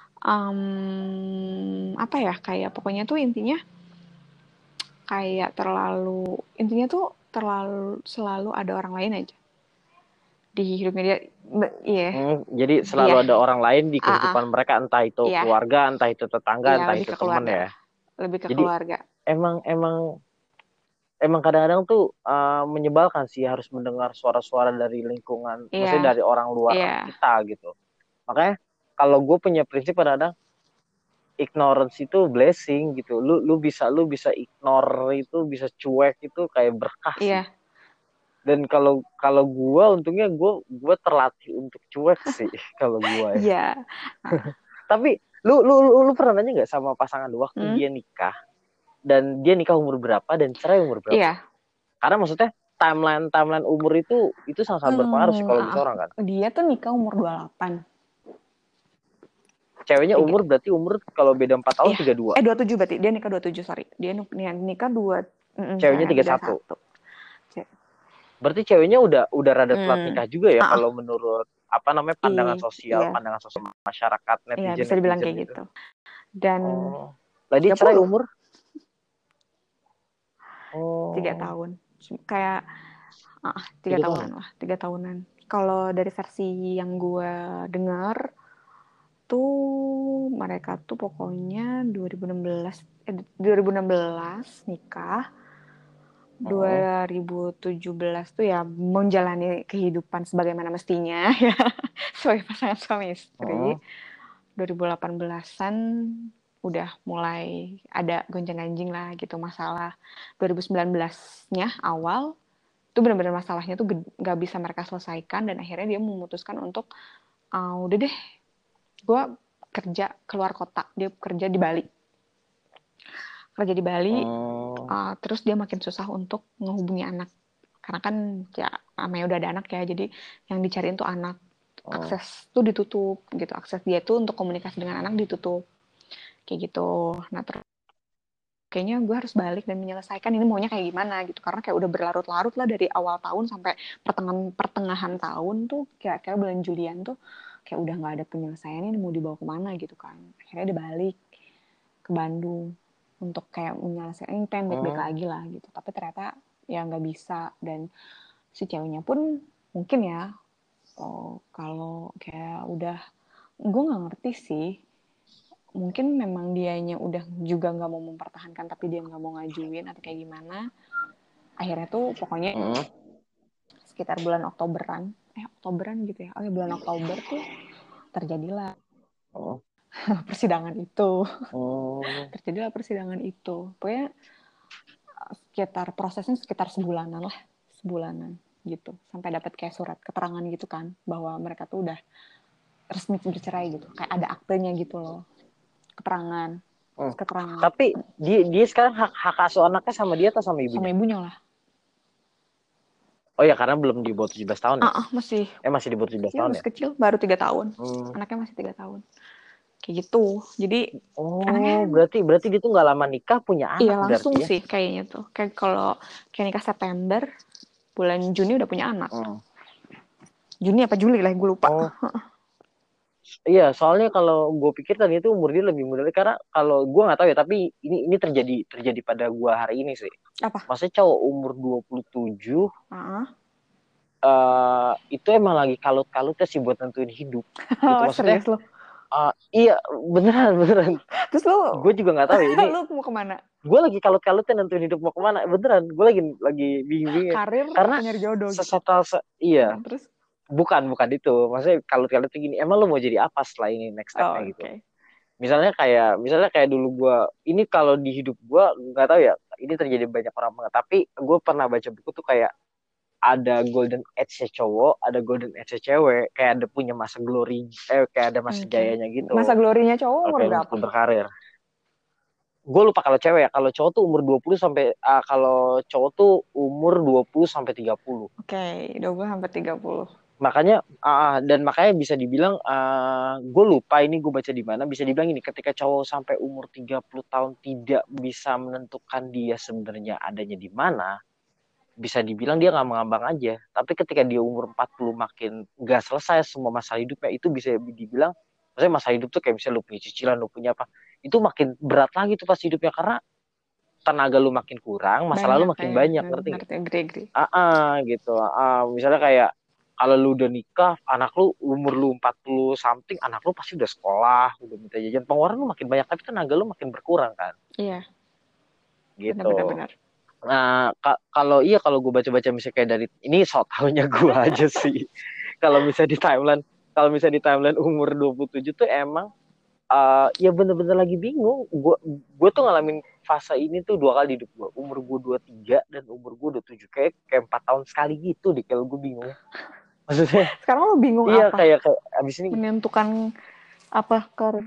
um, apa ya, kayak pokoknya tuh intinya kayak terlalu, intinya tuh terlalu selalu ada orang lain aja di hidupnya dia. Iya. Hmm. Jadi Iya. selalu ada orang lain di Ah ah. kehidupan mereka, entah itu Iya. keluarga, entah itu tetangga, Iya entah lebih itu ke temen keluarga ya. lah, lebih ke Jadi keluarga. emang emang emang kadang-kadang tuh uh, menyebalkan sih harus mendengar suara-suara dari lingkungan, maksudnya Iya. dari orang luar Iya. kita gitu. Makanya kalau gue punya prinsip kadang-kadang ignorance itu blessing gitu. Lu lu bisa lu bisa ignore itu, bisa cuek itu kayak berkah sih. Iya. Dan kalau kalau gue untungnya gue gue terlatih untuk cuek sih kalau gue ya. Iya. Nah. Tapi lu lu lu, lu pernah nanya nggak sama pasangan lu waktu Hmm? dia nikah, dan dia nikah umur berapa dan cerai umur berapa? Iya. Karena maksudnya timeline timeline umur itu itu sangat-sangat berpengaruh Hmm, psikologi ah, ah. seorang kan. Dia tuh nikah umur dua puluh delapan. Ceweknya Tiga. umur berarti umur kalau beda empat tahun Iya. tiga puluh dua. Eh dua puluh tujuh berarti. Dia nikah dua puluh tujuh, sorry. Dia nikah dua, mm, Ceweknya ceweknya tiga puluh tiga puluh satu. satu. Berarti ceweknya udah udah rada telat Hmm. nikah juga ya Ah, ah. kalau menurut apa namanya pandangan I, sosial, iya. pandangan sosial masyarakat, Iya, bisa dibilang netizen-netizen kayak gitu. gitu. Dan Oh. Lah dia tiga cerai puluh umur? tiga Oh. tahun. Kayak ah, tiga Tiga tahun. tahunan lah, tiga tahunan. Kalau dari versi yang gue dengar tuh mereka tuh pokoknya dua ribu enam belas eh, dua ribu enam belas nikah, Oh. dua ribu tujuh belas tuh ya menjalani kehidupan sebagaimana mestinya ya, sebagai pasangan suami istri. Oh. dua ribu delapan belasan udah mulai ada gonjang-ganjing lah gitu masalah. dua ribu sembilan belas-nya awal itu benar-benar masalahnya tuh gak bisa mereka selesaikan dan akhirnya dia memutuskan untuk uh, udah deh gue kerja keluar kota, dia kerja di Bali kerja di Bali Oh. uh, terus dia makin susah untuk menghubungi anak karena kan ya namanya udah ada anak ya, jadi yang dicariin tuh anak, akses tuh ditutup gitu, akses dia tuh untuk komunikasi dengan anak ditutup kayak gitu. Nah terus kayaknya gue harus balik dan menyelesaikan ini maunya kayak gimana gitu, karena kayak udah berlarut-larut lah dari awal tahun sampai pertengahan pertengahan tahun tuh kayak kayak bulan Julian tuh kayak udah nggak ada penyelesaian, ini mau dibawa kemana gitu kan. Akhirnya dia balik ke Bandung untuk kayak menyelesaikan ini pengen baik-baik Hmm. lagi lah gitu, tapi ternyata ya nggak bisa. Dan si ceweknya pun mungkin ya oh, kalau kayak udah gue nggak ngerti sih, mungkin memang dianya udah juga nggak mau mempertahankan tapi dia nggak mau ngajuin atau kayak gimana. Akhirnya tuh pokoknya Hmm. sekitar bulan Oktoberan eh Oktoberan gitu ya, oh ya bulan Oktober tuh terjadilah Oh. persidangan itu. Oh. Terjadilah persidangan itu pokoknya sekitar prosesnya sekitar sebulanan lah, sebulanan gitu sampai dapat kayak surat keterangan gitu kan bahwa mereka tuh udah resmi bercerai gitu, kayak ada aktenya gitu loh, keterangan Hmm. keterangan Tapi dia dia sekarang hak hak asuh anaknya sama dia atau sama sama ibunya? ibunya lah. Oh ya, karena belum di bawah tujuh belas tahun ya? Ah, uh, uh, masih Eh, masih di bawah tujuh belas ya tahun masih ya? kecil, baru tiga tahun, Hmm. anaknya masih tiga tahun kayak gitu. Jadi Oh, anaknya berarti berarti dia tuh nggak lama nikah punya iya anak berarti langsung ya? sih kayaknya tuh, kayak kalau kayak nikah September bulan Juni udah punya anak. Hmm. Juni apa Juli lah gue lupa. Oh, iya, soalnya kalau gue pikir tadi itu umur dia lebih muda, karena kalau gue nggak tahu ya, tapi ini ini terjadi terjadi pada gue hari ini sih. Apa? Maksudnya cowok umur dua puluh tujuh Uh-huh. uh, itu emang lagi kalut-kalutnya sih buat nentuin hidup. Gitu maksudnya. Serius lo? Uh, iya, beneran beneran. Terus lo Gue juga nggak tahu ya ini. lo mau kemana? Gue lagi kalut-kalutnya nentuin hidup mau kemana. Beneran, gue lagi lagi bingung-bingungnya. Karir Karena apa nyari jodoh gitu? sesetral se iya. Uh, terus? Bukan, bukan itu. Maksudnya kalau kalian tuh gini, emang lo mau jadi apa setelah ini next Oh, step-nya oke. gitu. Okay. Misalnya kayak, misalnya kayak dulu gue, ini kalau di hidup gue nggak tahu ya, ini terjadi banyak orang banget. Tapi gue pernah baca buku tuh kayak ada golden age-nya cowok, ada golden age-nya cewek, kayak ada punya masa glory, eh kayak ada masa Okay. jayanya Masa gitu. glorinya cowok umur Oke, berapa? untuk berkarir. Gue lupa kalau cewek ya, kalau cowok tuh umur dua puluh sampai uh, kalau cowok tuh umur dua puluh sampai tiga puluh. Oke, okay, dua puluh sampai tiga puluh. Makanya uh, dan makanya bisa dibilang uh, gue lupa ini gue baca di mana, bisa dibilang ini ketika cowok sampai umur tiga puluh tahun tidak bisa menentukan dia sebenarnya adanya di mana, bisa dibilang dia ngambang-ngambang aja. Tapi ketika dia umur empat puluh makin gak selesai semua masalah hidupnya, itu bisa dibilang maksudnya masa hidup tuh kayak misalnya lu punya cicilan, lu punya apa, itu makin berat lagi tuh pas hidupnya, karena tenaga lu makin kurang, masalah lu Banyak makin kayak banyak, ngerti gak? ngerti, agree-agree. Ah, ah, gitu. Ah, misalnya kayak kalau lu udah nikah, anak lu umur lu empat puluh something, anak lu pasti udah sekolah, udah minta jajan, pengeluaran lu makin banyak, tapi tenaga lu makin berkurang kan. Iya, Gitu. benar-benar benar. Nah, ka- kalau iya kalau gue baca-baca misalnya kayak dari ini so taunya gue aja sih. Kalau misalnya di timeline, kalau misalnya di timeline umur dua puluh tujuh tuh emang uh, ya bener-bener lagi bingung. Gue gue tuh ngalamin fase ini tuh dua kali hidup gue. Umur gue dua puluh tiga dan umur gue dua puluh tujuh, kayak kayak empat tahun sekali gitu deh kalau gue bingung. Maksudnya Sekarang lo bingung iya apa? kayak kayak abis ini Menentukan apa karir?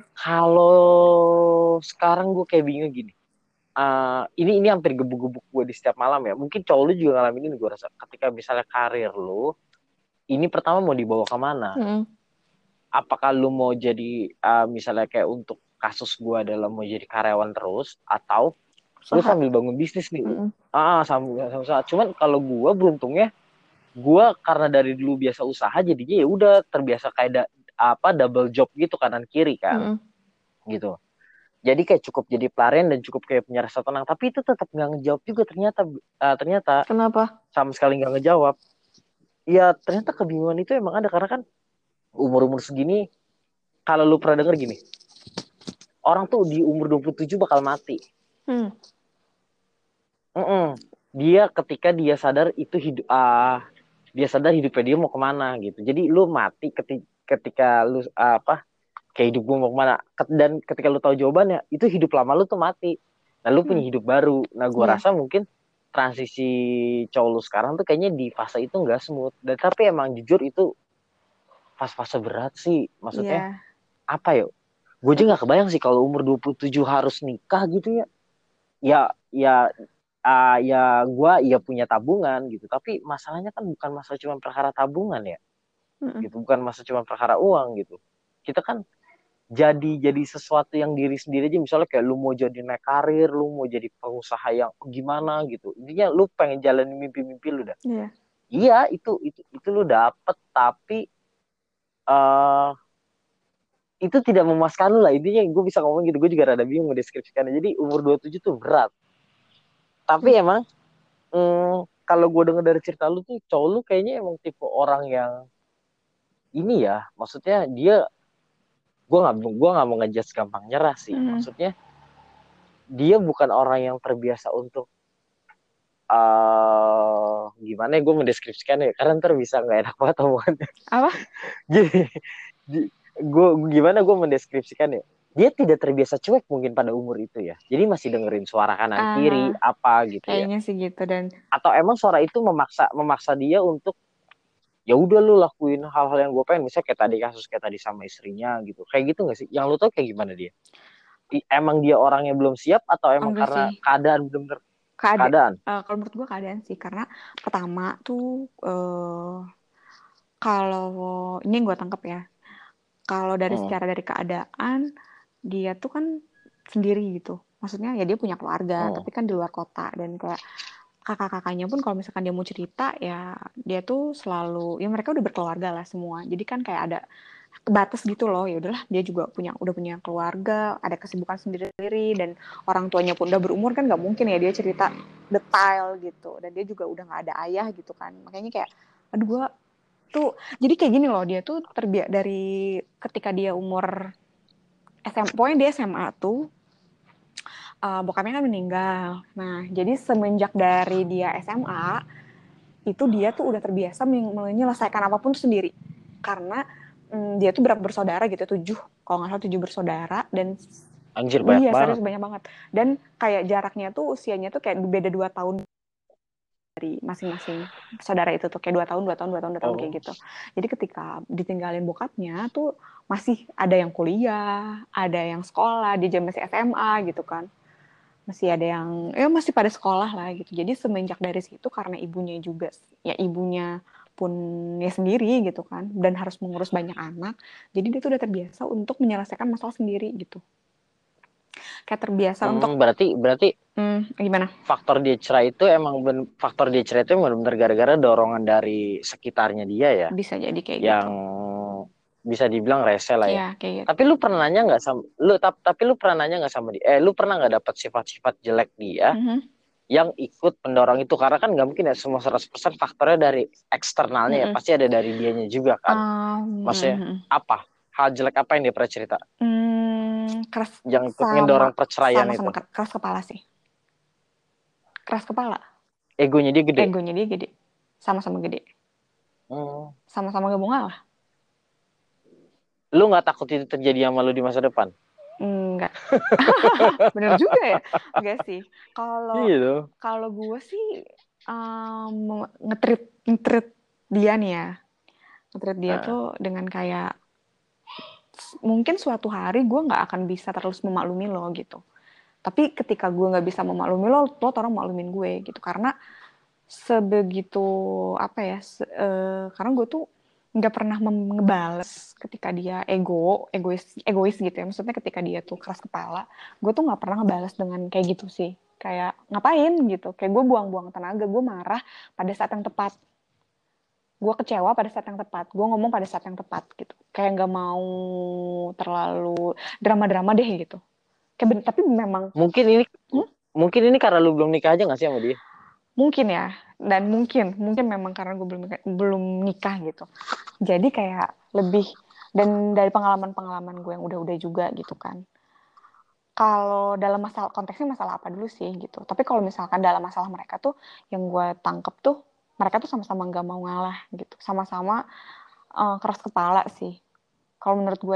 kalau sekarang gue kayak bingung gini. Uh, ini ini hampir gebuk-gebuk gue di setiap malam ya. Mungkin cowok lu juga ngalamin ini gue rasa. Ketika misalnya karir lu, ini pertama mau dibawa kemana? Mm-hmm. Apakah lu mau jadi uh, misalnya kayak untuk kasus gue adalah mau jadi karyawan terus, atau lu Usaha. sambil bangun bisnis nih? Mm-hmm. Ah, sambil usaha. Cuman kalau gue beruntungnya, gue karena dari dulu biasa usaha, jadinya ya udah terbiasa kayak da, apa double job gitu kanan kiri kan, mm-hmm. gitu. Jadi kayak cukup jadi pelarian dan cukup kayak punya rasa tenang. Tapi itu tetap nggak ngejawab juga ternyata. Uh, ternyata. Kenapa? Sama sekali nggak ngejawab. Ya ternyata kebingungan itu emang ada. Karena kan umur-umur segini, kalau lu pernah denger gini, orang tuh di umur dua puluh tujuh bakal mati. Hmm. Dia ketika dia sadar itu hidup, uh, dia sadar hidupnya dia mau kemana gitu. Jadi lu mati ketika, ketika lu uh, apa kayak hidup gue mau kemana. Dan ketika lu tahu jawabannya, itu hidup lama lu tuh mati. Nah lu punya Hmm. hidup baru. Nah gue Iya. rasa mungkin transisi cowok lu sekarang tuh kayaknya di fase itu nggak smooth. Dan tapi emang jujur itu fase-fase berat sih. Maksudnya Iya. apa ya? Gue juga gak kebayang sih kalau umur dua puluh tujuh harus nikah gitu ya. Ya, ya, ah, ya gue ya punya tabungan gitu. Tapi masalahnya kan bukan masalah cuma perkara tabungan ya. Mm-mm. Gitu. Bukan masalah cuma perkara uang gitu. Kita kan jadi jadi sesuatu yang diri sendiri aja, misalnya kayak lu mau jadi naik karir, lu mau jadi pengusaha yang gimana gitu, intinya lu pengen jalanin mimpi-mimpi lu dah. Iya. Iya, itu itu itu lu dapet, tapi eh itu tidak memuaskan lu lah, intinya gue bisa ngomong gitu. Gue juga rada bingung mendeskripsikannya. Jadi umur dua puluh tujuh tuh berat, tapi emang mm, kalau gue denger dari cerita lu tuh cowok lu kayaknya emang tipe orang yang ini ya, maksudnya dia, gue nggak gue nggak mau ngejudge gampang nyerah sih, Mm. maksudnya dia bukan orang yang terbiasa untuk uh, gimana ya gue mendeskripsikan ya, karena ntar bisa nggak enak banget omongannya. Apa? Jadi gue gimana gue mendeskripsikan ya, dia tidak terbiasa cuek mungkin pada umur itu ya, jadi masih dengerin suara kanan kiri Aha, apa gitu ya, kayaknya sih gitu. Dan atau emang suara itu memaksa memaksa dia untuk ya udah lu lakuin hal-hal yang gue pengen, misalnya kayak tadi kasus kayak tadi sama istrinya gitu, kayak gitu nggak sih yang lu tau kayak gimana dia? Emang dia orangnya belum siap atau emang enggak karena sih. keadaan belum ter Keada keadaan? eh, kalau menurut gue keadaan sih, karena pertama tuh eh kalau ini yang gue tangkap ya, kalau dari Hmm. secara dari keadaan dia tuh kan sendiri gitu. Maksudnya ya dia punya keluarga, Hmm. tapi kan di luar kota, dan kayak kakak-kakaknya pun kalau misalkan dia mau cerita ya dia tuh selalu ya mereka udah berkeluarga lah semua. Jadi kan kayak ada kebatas gitu loh. Ya udahlah, dia juga punya udah punya keluarga, ada kesibukan sendiri, dan orang tuanya pun udah berumur, kan nggak mungkin ya dia cerita detail gitu. Dan dia juga udah nggak ada ayah gitu kan. Makanya kayak aduh gue tuh jadi kayak gini loh, dia tuh terbiak dari ketika dia umur S M P, pokoknya dia S M A tuh uh, bokapnya kan meninggal. Nah, jadi semenjak dari dia S M A, itu dia tuh udah terbiasa menyelesaikan apapun tuh sendiri. Karena mm, dia tuh berapa bersaudara gitu, tujuh, kalau nggak salah tujuh bersaudara, dan Anjir banyak iya banget. serius banyak banget. Dan kayak jaraknya tuh usianya tuh kayak beda dua tahun dari masing-masing saudara itu tuh, kayak dua tahun, dua tahun, dua tahun, dua tahun kayak Oh. gitu. Jadi ketika ditinggalin bokapnya tuh masih ada yang kuliah, ada yang sekolah, dia masih S M A gitu kan. Masih ada yang ya masih pada sekolah lah gitu. Jadi semenjak dari situ, karena ibunya juga ya ibunya pun ya sendiri gitu kan, dan harus mengurus banyak anak, jadi dia tuh udah terbiasa untuk menyelesaikan masalah sendiri gitu, kayak terbiasa untuk Hmm, berarti berarti hmm, gimana, faktor dia cerai itu emang ben, faktor dia cerai itu benar-benar gara-gara dorongan dari sekitarnya dia ya, bisa jadi kayak gitu yang bisa dibilang rese lah ya. ya, kayak gitu. Tapi lu pernah nanya nggak sama lu tap, tapi lu pernah nanya nggak sama dia? Eh, lu pernah nggak dapat sifat-sifat jelek dia Mm-hmm. yang ikut pendorong itu? Karena kan nggak mungkin ya semua seratus persen faktornya dari eksternalnya ya, Mm-hmm. pasti ada dari dianya juga kan. Um, Maksudnya mm-hmm. apa? Hal jelek apa yang dia pernah cerita? Hmm, keras Yang ikut sama ngedorong perceraian sama itu? sama keras kepala sih, keras kepala, Egonya dia gede. egonya dia gede, sama-sama gede, Hmm. sama-sama gak mau ngalah. Lu nggak takut itu terjadi sama lu di masa depan? Enggak. Bener juga ya. Enggak sih. Kalau Iya dong. kalau gue sih um, ngetrit ngetrit dia nih ya. Ngetrit dia Nah, tuh dengan kayak mungkin suatu hari gue nggak akan bisa terus memaklumi lo gitu. Tapi ketika gue nggak bisa memaklumi lo, lo tolong maklumin gue gitu. Karena sebegitu apa ya? Se, uh, karena gue tuh nggak pernah ngebales ketika dia ego, egois, egois gitu ya. Maksudnya ketika dia tuh keras kepala, gue tuh nggak pernah ngebales dengan kayak gitu sih. Kayak ngapain gitu? Kayak gue buang-buang tenaga, gue marah pada saat yang tepat, gue kecewa pada saat yang tepat, gue ngomong pada saat yang tepat gitu. Kayak nggak mau terlalu drama-drama deh gitu. Kayak ben- tapi memang mungkin ini hmm, mungkin ini karena lu belum nikah aja nggak sih sama dia? mungkin ya, dan mungkin mungkin memang karena gue belum belum nikah gitu. Jadi kayak lebih, dan dari pengalaman-pengalaman gue yang udah-udah juga gitu kan. Kalau dalam masalah konteksnya masalah apa dulu sih gitu. Tapi kalau misalkan dalam masalah mereka tuh yang gue tangkep tuh mereka tuh sama-sama nggak mau ngalah gitu. Sama-sama uh, keras kepala sih. Kalau menurut gue ya.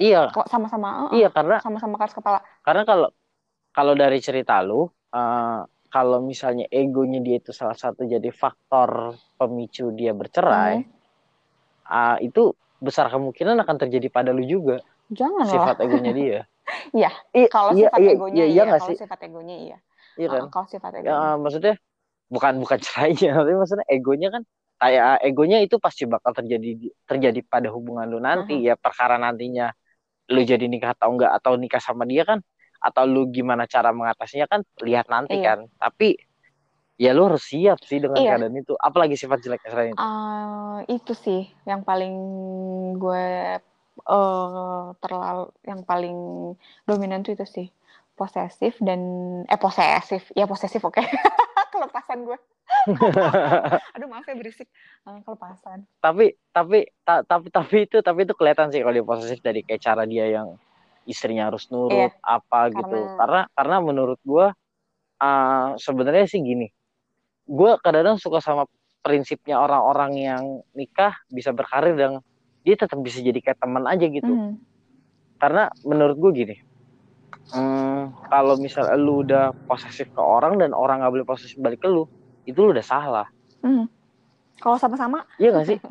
Iya, Kok sama-sama uh, iya karena sama-sama keras kepala. karena kalau kalau dari cerita lu, uh, kalau misalnya egonya dia itu salah satu jadi faktor pemicu dia bercerai, Uh-huh. uh, itu besar kemungkinan akan terjadi pada lu juga Janganlah. sifat egonya dia. Iya, Iya, kalau iya, sifat iya, egonya iya, iya iya, nggak kalau sih? sifat egonya iya. Iya kan? Uh-uh, kalau sifat Ya, egonya. maksudnya bukan bukan cerainya, tapi maksudnya egonya kan kayak egonya itu pasti bakal terjadi terjadi pada hubungan lu nanti Uh-huh. ya perkara nantinya lu jadi nikah atau enggak atau nikah sama dia kan atau lu gimana cara mengatasinya kan lihat nanti Iya. kan. Tapi ya lu harus siap sih dengan Iya, keadaan itu. Apalagi sifat jeleknya selain itu. uh, itu sih yang paling gue uh, terlalu yang paling dominan tuh itu sih posesif dan eh posesif ya posesif oke okay. Kelepasan gue. Aduh maaf ya berisik. Uh, kelepasan. Tapi tapi ta- tapi tapi itu tapi itu kelihatan sih kalau dia posesif dari kayak cara dia yang istrinya harus Iya, nurut apa karena gitu. Karena karena menurut gua uh, sebenarnya sih gini. Gue kadang-kadang suka sama prinsipnya orang-orang yang nikah bisa berkarir dan dia tetap bisa jadi kayak teman aja gitu. mm, Karena menurut gue gini, hmm, kalau misalnya lu udah posesif ke orang dan orang nggak boleh posesif balik ke lu, itu lu udah salah. mm. Kalau sama-sama Iya gak sih?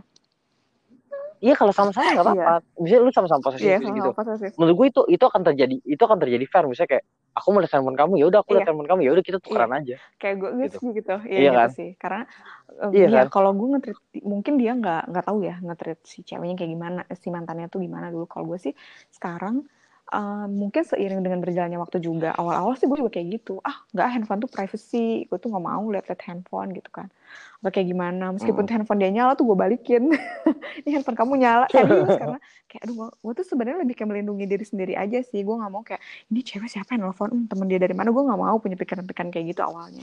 Iya kalau sama-sama nggak apa-apa. iya, Misalnya lu sama-sama posesif iya gitu. sama-sama posesif. Menurut gue itu itu akan terjadi itu akan terjadi fair. Misalnya kayak aku mau lihat handphone kamu, ya udah aku lihat Iya, handphone kamu, ya udah kita iya. tukeran aja Kayak gue gitu. gitu, gitu. Iya Iya gitu kan? sih. Karena um, Iya ya kan? kalau gue nge mungkin dia nggak nggak tahu ya nge si ceweknya kayak gimana, si mantannya tuh gimana dulu. Kalau gue sih sekarang uh, mungkin seiring dengan berjalannya waktu juga. Awal-awal sih gue juga kayak gitu. Ah, nggak, handphone tuh privacy. Gue tuh nggak mau lihat-lihat handphone gitu kan. Atau kayak gimana. Meskipun Hmm. handphone dia nyala tuh gue balikin. Ini handphone kamu nyala, serius, karena kayak aduh gue tuh sebenarnya lebih kayak melindungi diri sendiri aja sih. Gue nggak mau kayak ini cewek siapa yang nelfon, hmm, temen dia dari mana. Gue nggak mau punya pikiran-pikiran kayak gitu awalnya.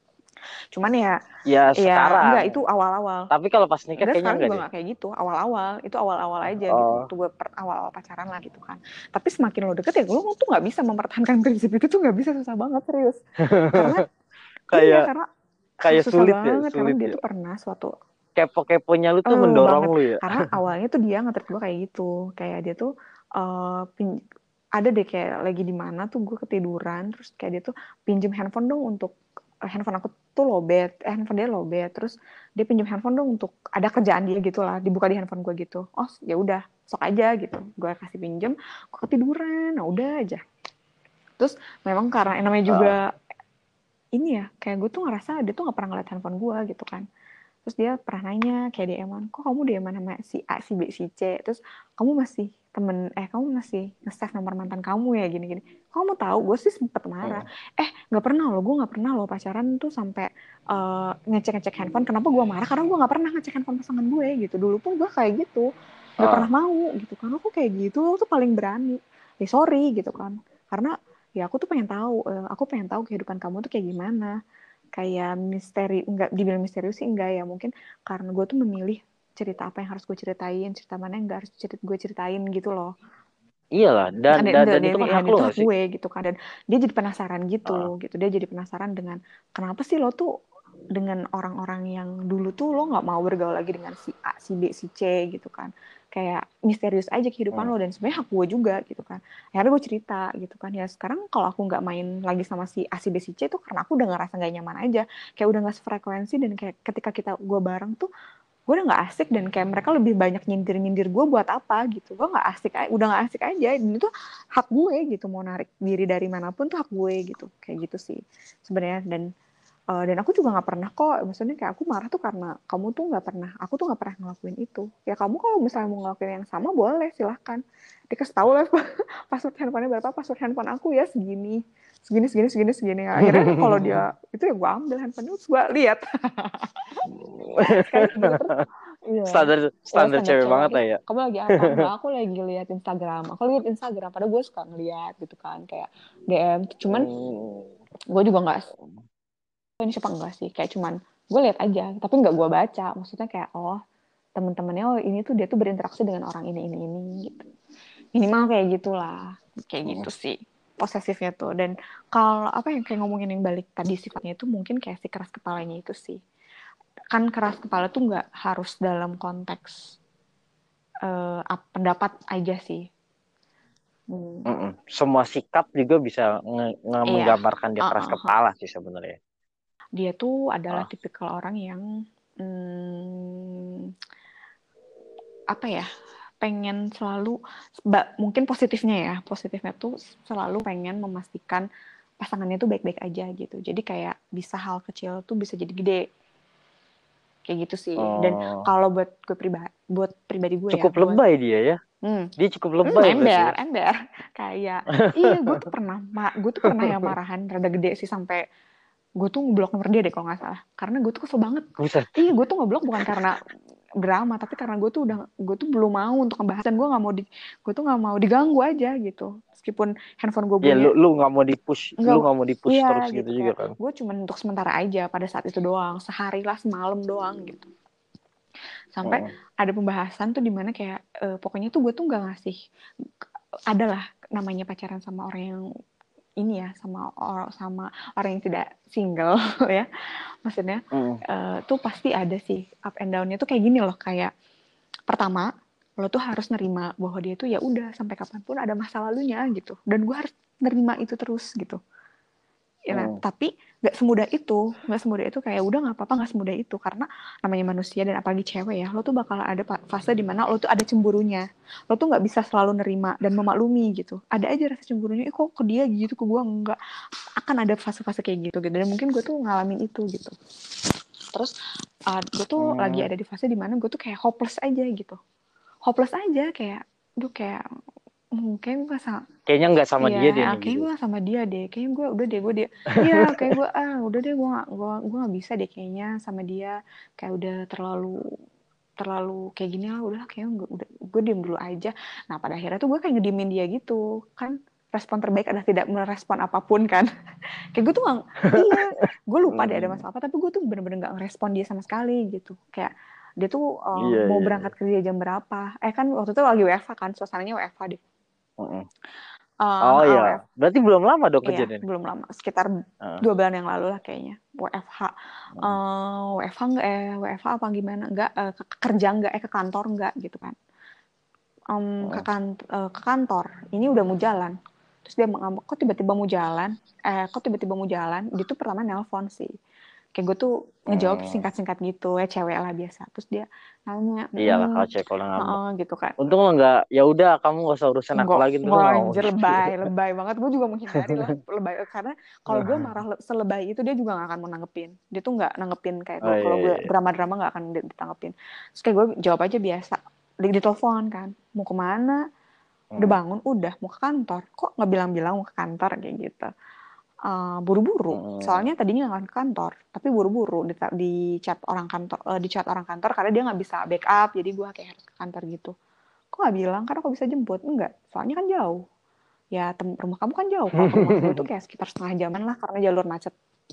Cuman ya Ya ya sekarang. enggak, itu awal-awal. Tapi kalau pas nikah Dan kayaknya sekarang enggak juga deh. nggak kayak gitu, awal-awal itu awal-awal aja gitu, Oh, waktu gue per, awal-awal pacaran lah gitu kan. Tapi semakin lo deket ya lo tuh nggak bisa mempertahankan prinsip itu, tuh nggak bisa, susah banget serius. Karena iya, kayak karena kayak susah sulit ya, banget karena sulit dia ya. tuh pernah suatu Kepo-keponya lu tuh eh mendorong banget, lu ya. karena awalnya tuh dia nge gue kayak gitu, kayak dia tuh uh, pin- ada deh kayak lagi di mana tuh gue ketiduran, terus kayak dia tuh pinjem handphone dong untuk eh, handphone aku tuh lowbat, eh, handphone dia lowbat, terus dia pinjem handphone dong untuk ada kerjaan dia gitu lah, dibuka di handphone gue gitu. Oh ya udah, sok aja gitu, gue kasih pinjem, gue ketiduran, nah udah aja. Terus memang karena namanya juga Uh, ini ya, kayak gue tuh ngerasa dia tuh nggak pernah ngeliat handphone gue gitu kan. Terus dia pernah nanya kayak D M-an, kok kamu D M-an sama si A, si B, si C, terus kamu masih temen, eh kamu masih nge-save nomor mantan kamu ya gini-gini. Kok kamu tahu? Gue sih sempet marah. hmm. Eh nggak pernah loh, gue nggak pernah loh pacaran tuh sampai uh, ngecek-ngecek handphone. Kenapa gue marah? Karena gue nggak pernah ngecek handphone pasangan gue gitu. Dulu pun gue kayak gitu, nggak pernah uh, mau gitu. Karena aku kayak gitu, lo tuh paling berani. Ya sorry gitu kan. Karena ya aku tuh pengen tahu, uh, aku pengen tahu kehidupan kamu tuh kayak gimana, kayak misteri, enggak dibilang misterius sih enggak ya, mungkin karena gue tuh memilih cerita apa yang harus gue ceritain, cerita mana yang enggak harus cerit gue ceritain gitu loh. Iyalah dan, Nah, dan dan, dan dan, itu kan dan hak lu itu gak hak sih? gue gitu kan, dan dia jadi penasaran Uh, gitu gitu dia jadi penasaran dengan kenapa sih lo tuh dengan orang-orang yang dulu tuh lo nggak mau bergaul lagi dengan si A, si B, si C gitu kan, kayak misterius aja kehidupan hmm. lo, dan sebenarnya hak gue juga gitu kan. Akhirnya gue cerita gitu kan, ya sekarang kalau aku nggak main lagi sama si A, si B, si C itu karena aku udah ngerasa nggak nyaman aja, kayak udah nggak sefrekuensi, dan kayak ketika kita gue bareng tuh gue udah nggak asik, dan kayak mereka lebih banyak nyindir-nyindir gue buat apa gitu, gue nggak asik, udah nggak asik aja, dan itu hak gue gitu, mau narik diri dari manapun tuh hak gue gitu, kayak gitu sih sebenarnya. Dan uh, dan aku juga nggak pernah kok, maksudnya kayak aku marah tuh karena kamu tuh nggak pernah, aku tuh nggak pernah ngelakuin itu. Ya kamu kalau misalnya mau ngelakuin yang sama boleh, silahkan dikasih tahu lah password handphonenya berapa, password handphone aku ya segini segini segini segini segini. Akhirnya kalau dia itu ya gue ambil handphonenya, terus gue lihat sekali gitu. Terus iya, standar ya standar standar cewek cewek. banget Terus lah ya. kamu lagi apa? Enggak, aku lagi lihat Instagram. Aku lihat Instagram, padahal gue suka ngeliat gitu kan, kayak D M. Cuman Hmm. gue juga nggak, ini siapa enggak sih, kayak cuman gue lihat aja, tapi nggak gue baca. Maksudnya kayak oh teman-temannya, oh ini tuh dia tuh berinteraksi dengan orang ini ini ini gitu. Minimal kayak gitulah, kayak gitu sih posesifnya tuh. Dan kalau apa yang kayak ngomongin yang balik tadi, sifatnya itu mungkin kayak si keras kepalanya itu sih. Kan keras kepala tuh nggak harus dalam konteks uh, pendapat aja sih. Hmm. Mm-mm. Semua sikap juga bisa nge- nge- Iya. menggambarkan dia Uh, keras uh, uh. kepala sih sebenarnya. Dia tuh adalah Ah. tipikal orang yang hmm, apa ya, pengen selalu, mungkin positifnya ya, positifnya tuh selalu pengen memastikan pasangannya tuh baik-baik aja gitu. Jadi kayak bisa hal kecil tuh bisa jadi gede, kayak gitu sih. Dan Oh, kalau buat gue pribadi, buat pribadi gue ya, cukup buat lebay dia ya. hmm, Dia cukup hmm, lebay berarti ember, ya. ember, kayak iya gue tuh pernah, gue tuh pernah yang marahan rada gede sih, sampai gue tuh ngeblok nomor dia deh kalau nggak salah, karena gue tuh kesel banget. Buset. Iya, gue tuh ngeblok bukan karena drama, tapi karena gue tuh udah, gue tuh belum mau untuk ngebahas, dan gue nggak mau di, gue tuh nggak mau diganggu aja gitu, meskipun handphone gue Ya lu bunyi. lu nggak mau dipush, Nggak, lu nggak mau dipush iya terus gitu gitu, juga kayak kan. gue cuma untuk sementara aja pada saat itu doang, sehari lah, semalam doang gitu. Sampai Mm-mm. ada pembahasan tuh dimana kayak uh, pokoknya tuh gue tuh nggak ngasih, adalah namanya pacaran sama orang yang ini ya, sama orang, sama orang yang tidak single ya, maksudnya Mm-mm. uh, tuh pasti ada sih up and down-nya tuh kayak gini loh. Kayak pertama, lo tuh harus nerima bahwa dia tuh ya udah sampai kapanpun ada masa lalunya gitu, dan gue harus nerima itu terus gitu ya. Nah, Mm-mm. tapi nggak semudah itu, nggak semudah itu, kayak udah nggak apa-apa, nggak semudah itu, karena namanya manusia dan apalagi cewek ya, lo tuh bakal ada fase dimana lo tuh ada cemburunya, lo tuh nggak bisa selalu nerima dan memaklumi gitu, ada aja rasa cemburunya, eh kok ke dia gitu, ke gue enggak, akan ada fase-fase kayak gitu gitu, dan mungkin gue tuh ngalamin itu gitu. Terus uh, gue tuh lagi Mm. ada di fase dimana gue tuh kayak hopeless aja gitu, hopeless aja kayak, duh kayak mungkin gue sama, Kayaknya nggak sama dia deh iya nih kayaknya gitu. gue sama dia deh, kayaknya gue udah deh, gue dia, iya kayak gue ah udah deh, gue gak, gue gue gak bisa deh kayaknya sama dia, kayak udah terlalu terlalu kayak gini lah, udah kayaknya gue udah, gue diem dulu aja. Nah pada akhirnya tuh gue kayak ngediemin dia gitu kan, respon terbaik adalah tidak merespon apapun kan. Kayak gue tuh gak, iya gue lupa deh ada Mm. masalah apa, tapi gue tuh bener-bener gak ngerespon dia sama sekali gitu. Kayak dia tuh uh, Iya mau iya. berangkat kerja jam berapa, eh kan waktu itu lagi W F H kan, suasananya W F H deh. Mm-mm. Uh, Oh uh, iya, W F H, berarti belum lama dong iya kejadian. belum lama, sekitar Heeh. dua bulan yang lalu lah kayaknya. W F H, Mm. uh, W F H nggak, eh W F H apa gimana, nggak, uh, ke kerja nggak, eh ke kantor nggak gitu kan. Um, ke, Mm. kan, uh, ke kantor ini udah mau jalan, terus dia ngambek, kok tiba-tiba mau jalan, eh kok tiba-tiba mau jalan, dia tuh pertama nelpon sih, kayak gue tuh ngejawab Mm. singkat-singkat gitu ya, cewek lah biasa, terus dia nanya, Iyalah mm, kalau cewek kalau ngambek. uh, gitu kan. Untung lo nggak, ya udah kamu nggak usah urusan aku Nggak, lagi, terus nggak, lo nggak ngomong anjir, gitu. lebay, lebay banget. Gue juga menghindari lah lebay, karena kalau gue marah selebay itu dia juga nggak akan mau nanggepin. Dia tuh nggak nanggepin kayak Oh tuh. iya Kalau gue iya. drama-drama nggak akan ditanggepin. Terus kayak gue jawab aja biasa. Di, di telepon kan, mau kemana? Udah Mm. bangun? Udah. Mau ke kantor? Kok nggak bilang-bilang mau ke kantor kayak gitu? Uh, buru-buru. Mm. Soalnya tadinya nggak akan ke kantor, tapi buru-buru di, di chat orang kantor, uh, di chat orang kantor karena dia nggak bisa backup. Jadi gue kayak harus ke kantor gitu. Kok nggak bilang? Karena kok bisa jemput? Enggak. Soalnya kan jauh. Ya tem- rumah kamu kan jauh, kalau ke rumah gue tuh kayak sekitar setengah jaman lah karena jalur macet.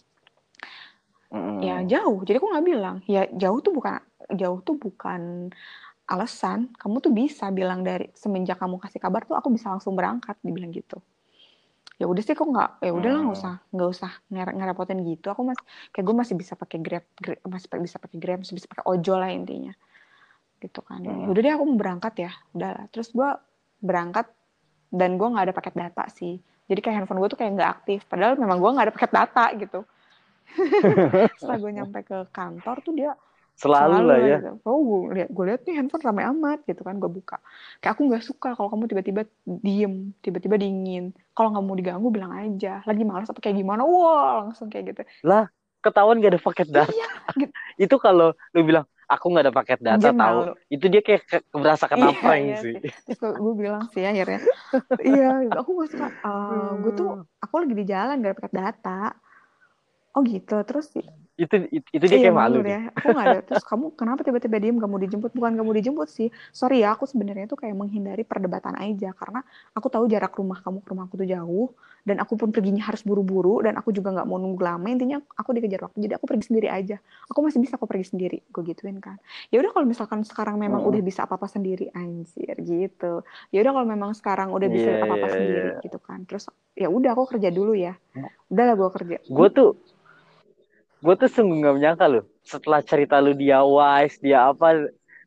Ya Mm. jauh, jadi aku nggak bilang. Ya jauh tuh bukan, jauh tuh bukan alasan. Kamu tuh bisa bilang dari semenjak kamu kasih kabar tuh aku bisa langsung berangkat, dibilang gitu. Ya udah sih, kok nggak, ya udahlah, nggak usah, Mm. nggak usah ngerepotin gitu. Aku masih kayak, gue masih bisa pakai grab, grab, masih bisa pakai grab, masih bisa pakai ojol lah intinya gitu kan. Ya Mm. udah deh, aku mau berangkat ya, udah. Terus gue berangkat, dan gue nggak ada paket data sih, jadi kayak handphone gue tuh kayak nggak aktif, padahal memang gue nggak ada paket data gitu. Setelah gue nyampe ke kantor tuh dia Selalu selalu lah lah ya. gitu, oh gue lihat, gue lihat nih handphone rame amat gitu kan, gue buka, kayak aku nggak suka kalau kamu tiba-tiba diem, tiba-tiba dingin, kalau nggak mau diganggu bilang aja lagi malas apa kayak gimana, wah langsung kayak gitu. Lah, ketahuan gak ada paket Iya data. gitu, Itu kalau lu bilang aku nggak ada paket data anjir tahu, malu. itu dia kayak ke- berasa kena Iya prank iya sih. sih, terus gue bilang sih akhirnya, iya aku nggak suka, uh, gue tuh aku lagi di jalan gak ada paket data. Oh gitu, terus itu, itu itu dia iya kayak malu malu nih. deh, aku nggak ada. Terus kamu kenapa tiba-tiba diem, kamu dijemput? Bukan kamu dijemput sih, sorry ya, aku sebenarnya tuh kayak menghindari perdebatan aja, karena aku tahu jarak rumah kamu ke rumahku tuh jauh, dan aku pun perginya harus buru-buru, dan aku juga nggak mau nunggu lama, intinya aku dikejar waktu, jadi aku pergi sendiri aja. Aku masih bisa kok pergi sendiri, gue gituin kan. Ya udah kalau misalkan sekarang memang udah Mm-mm. bisa apa-apa sendiri, anjir gitu. Ya udah kalau memang sekarang udah Iya bisa iya apa-apa iya. sendiri gitu kan. Terus ya udah aku kerja dulu ya. Udahlah gue kerja. Gue Hmm? tuh gue tuh sungguh nggak menyangka loh. Setelah cerita lu dia wise, dia apa,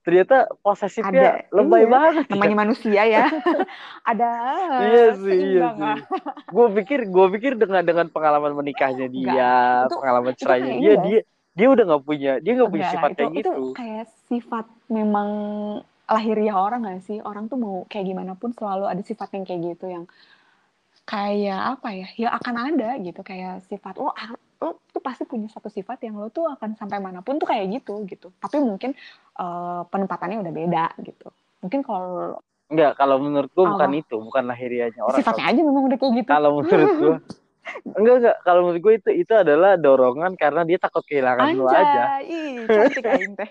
ternyata posesifnya Ada, lebay iya. banget ya. Namanya manusia ya. Ada Iya sih, iya sih. seimbang. Gue pikir, gue pikir dengan dengan pengalaman menikahnya Enggak. dia, Itu pengalaman itu cerainya kayak ini dia, guys. dia dia udah nggak punya, dia nggak punya Enggak lah, sifat itu kayak itu gitu. kayak sifat memang lahiriah orang gak sih? Orang tuh mau kayak gimana pun selalu ada sifat yang kayak gitu yang kayak apa ya? Ya akan ada gitu kayak sifat lo lo tuh pasti punya satu sifat yang lo tuh akan sampai manapun tuh kayak gitu gitu. Tapi mungkin uh, penempatannya udah beda gitu. Mungkin kalau Enggak, kalau menurut gue bukan Allah itu, bukan lahiriahnya orang. Kalau sifatnya aja memang udah kayak gitu. kalau menurut gue, enggak enggak. Kalau menurut gue itu itu adalah dorongan karena dia takut kehilangan lo aja. Anjay, ih cantik aing teh.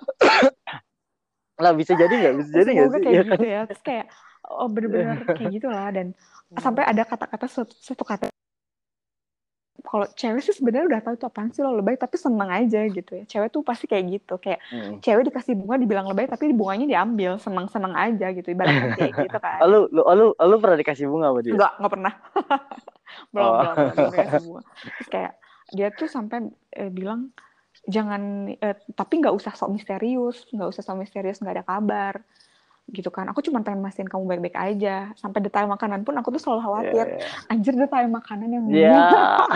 Lah bisa jadi nggak? Bisa jadi nggak Semoga sih? kayak Ya kan? gitu ya. Terus kayak oh bener-bener kayak gitulah dan sampai ada kata-kata satu, satu kata kalau cewek sih sebenarnya udah tahu itu apaan sih lo lebay tapi seneng aja gitu ya. Cewek tuh pasti kayak gitu. Kayak Hmm. cewek dikasih bunga dibilang lebay tapi bunganya diambil. Seneng-seneng aja gitu. Ibaratnya kayak gitu kan. Lu, lu, lu, lu pernah dikasih bunga sama dia? Enggak, enggak pernah. belum, Oh. belum, belum, belum dikasih bunga. Terus kayak dia tuh sampai eh, bilang jangan, eh, tapi nggak usah sok misterius. Nggak usah sok misterius, nggak ada kabar. Gitu kan. Aku cuma pengen mastiin kamu baik-baik aja. Sampai detail makanan pun aku tuh selalu khawatir. Yeah. Anjir detail makanan yang Ya. Yeah.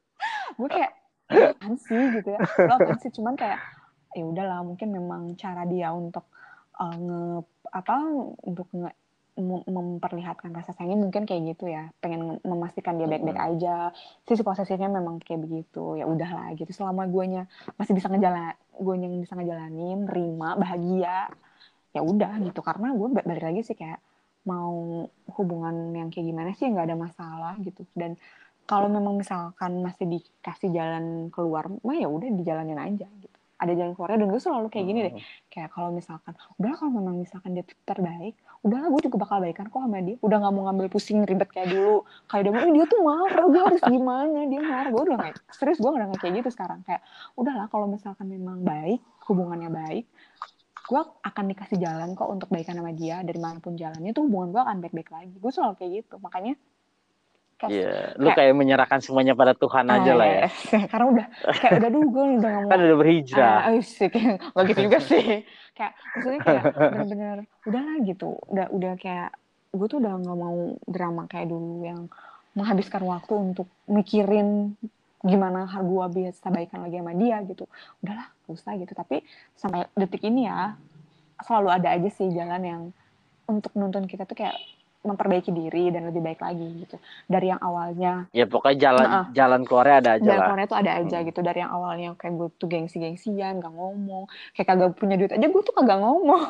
gue kayak lo apaan sih gitu ya lo apaan sih cuman kayak ya udahlah mungkin memang cara dia untuk uh, nge apa untuk nge, mem- memperlihatkan rasa sayangnya mungkin kayak gitu ya pengen memastikan dia baik-baik aja sisi posesifnya memang kayak begitu ya udahlah gitu selama guanya masih bisa ngejalan gue yang bisa ngejalanin terima bahagia ya udah gitu karena gue balik lagi sih kayak mau hubungan yang kayak gimana sih nggak ada masalah gitu dan kalau memang misalkan masih dikasih jalan keluar mah ya udah dijalanin aja gitu ada jalan keluarnya dan gue selalu kayak gini deh kayak kalau misalkan udahlah kalau memang misalkan dia terbaik udahlah gue juga bakal baikan kok sama dia udah nggak mau ngambil pusing ribet kayak dulu kayak dia mau dia tuh marah gue harus gimana dia marah gue udah nggak serius gue udah nggak kayak gitu sekarang kayak udahlah kalau misalkan memang baik hubungannya baik gue akan dikasih jalan kok untuk baikan sama dia dari manapun jalannya tuh hubungan gue akan baik-baik lagi gue selalu kayak gitu makanya kayak, Yeah. Lu kayak kayak menyerahkan semuanya pada Tuhan aja lah ya. eh, karena udah kayak udah dulu gue udah gak Kan mau udah berhijrah. eh, sih kayak nggak gitu juga sih kayak maksudnya kayak bener-bener udahlah gitu udah udah kayak gue tuh udah nggak mau drama kayak dulu yang menghabiskan waktu untuk mikirin gimana gue bisa baikan lagi sama dia gitu udahlah gak usah gitu tapi sampai detik ini ya selalu ada aja sih jalan yang untuk nuntun kita tuh kayak memperbaiki diri dan lebih baik lagi gitu dari yang awalnya Ya pokoknya jalan uh, jalan keluarnya ada aja jalan lah. keluarnya tuh ada aja Hmm. gitu dari yang awalnya kayak gue tuh gengsi-gengsian gak ngomong kayak kagak punya duit aja gue tuh kagak ngomong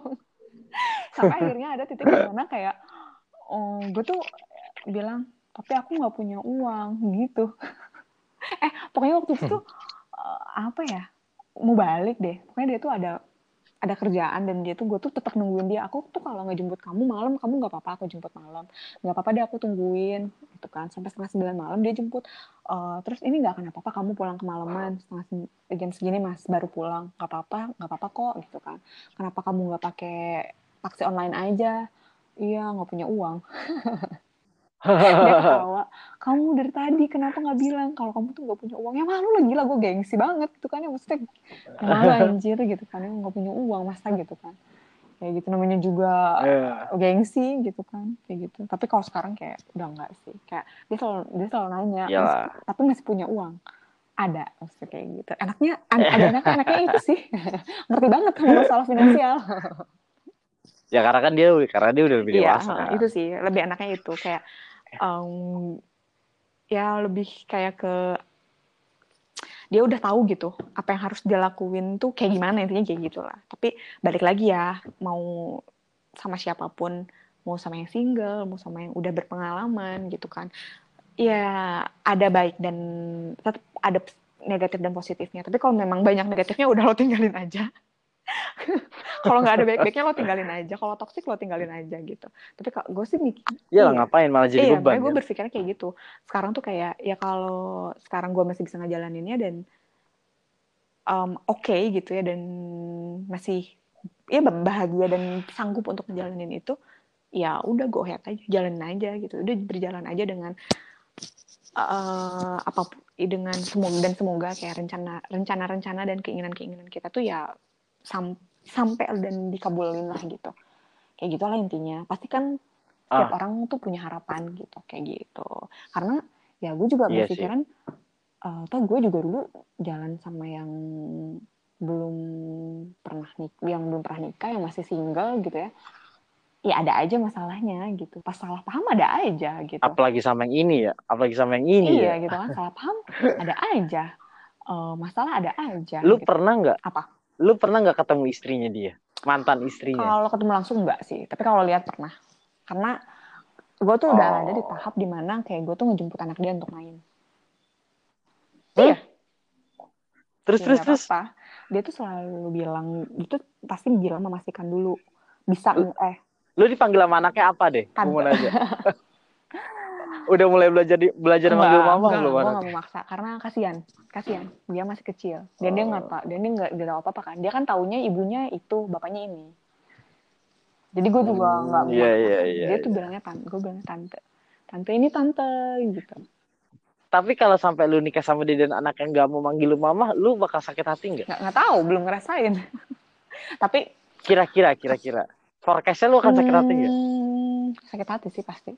sampai akhirnya ada titik di mana kayak oh, gue tuh bilang tapi aku nggak punya uang gitu eh pokoknya waktu itu tuh uh, apa ya mau balik deh pokoknya dia tuh ada ada kerjaan dan dia tuh gue tuh tetap nungguin dia aku tuh kalau nggak jemput kamu malam kamu nggak apa-apa aku jemput malam nggak apa-apa deh aku tungguin gitu kan sampai setengah sembilan malam dia jemput uh, terus ini nggak akan apa-apa kamu pulang kemalaman setengah jam segini mas baru pulang nggak apa-apa nggak apa-apa kok gitu kan kenapa kamu nggak pakai taksi online aja iya nggak punya uang dia ketawa kamu dari tadi kenapa nggak bilang kalau kamu tuh nggak punya uang ya malu lah gila gue gengsi banget gitu kan ya maksudnya ya malu anjir gitu kan ya nggak punya uang masa gitu kan kayak gitu namanya juga Yeah. gengsi gitu kan kayak gitu tapi kalau sekarang kayak udah enggak sih kayak dia selalu dia selalu nanya masih, tapi masih punya uang ada maksudnya kayak gitu enaknya ada enaknya enaknya itu sih ngerti banget sama masalah finansial Ya karena kan dia karena dia udah lebih iya dewasa kan. itu sih lebih enaknya itu kayak um, ya lebih kayak ke dia udah tahu gitu apa yang harus dia lakuin tuh kayak gimana intinya kayak gitulah tapi balik lagi ya mau sama siapapun mau sama yang single mau sama yang udah berpengalaman gitu kan ya ada baik dan tetap ada negatif dan positifnya tapi kalau memang banyak negatifnya udah lo tinggalin aja kalau nggak ada baik-baiknya lo tinggalin aja kalau toksik lo tinggalin aja gitu tapi gue sih mikir Iya lah iya ngapain malah jadi iya beban makanya gue kan. berpikirnya kayak gitu sekarang tuh kayak ya kalau sekarang gue masih bisa ngejalaninnya dan um, oke okay, gitu ya dan masih ya bahagia dan sanggup untuk ngejalanin itu ya udah go ahead aja jalanin aja gitu udah berjalan aja dengan uh, apapun dengan semoga dan semoga kayak rencana rencana rencana dan keinginan keinginan kita tuh ya sam sampai dan dikabulin lah gitu. Kayak gitulah intinya. Pasti kan setiap Ah, orang tuh punya harapan gitu, kayak gitu. Karena ya gue juga iya sih. berpikiran, uh, toh gue juga dulu jalan sama yang belum pernah nikah, yang belum pernah nikah, yang masih single gitu ya. Ya ada aja masalahnya gitu. Pas salah paham ada aja gitu. Apalagi sama yang ini ya, apalagi sama yang ini Iya ya. gitu kan, salah paham ada aja. Uh, masalah ada aja Lu gitu. pernah nggak? Apa? Lu pernah nggak ketemu istrinya dia, mantan istrinya? Kalau ketemu langsung enggak sih, tapi kalau lihat pernah. Karena gue tuh udah ada di Oh, tahap dimana kayak gue tuh ngejemput anak dia untuk main. hmm? Iya, Terus ya terus nggak terus. apa-apa. Dia tuh selalu bilang, dia tuh pasti bilang memastikan dulu. Bisa, Lu, eh, lu dipanggil sama anaknya apa deh? Gue mau tante. nanya. Udah mulai belajar di, belajar manggil Enggak, mama enggak, belum gue nggak anaknya? mau maksa. Karena kasihan, kasihan. Dia masih kecil. Dan dia nggak Oh, tahu, dan dia nggak dia tahu apa-apa kan. Dia kan taunya ibunya itu, bapaknya ini. Jadi gue juga nggak hmm, iya memaksa iya kan. iya Dia tuh iya. bilangnya tante, gue bilangnya tante. Tante ini tante gitu. Tapi kalau sampai lu nikah sama dia dan anak yang gak mau manggil lu mama, lu bakal sakit hati nggak? Nggak nggak tahu, belum ngerasain. Tapi Kira-kira, kira-kira. Forecastnya lu akan sakit hati nggak? hmm, sakit hati sih pasti.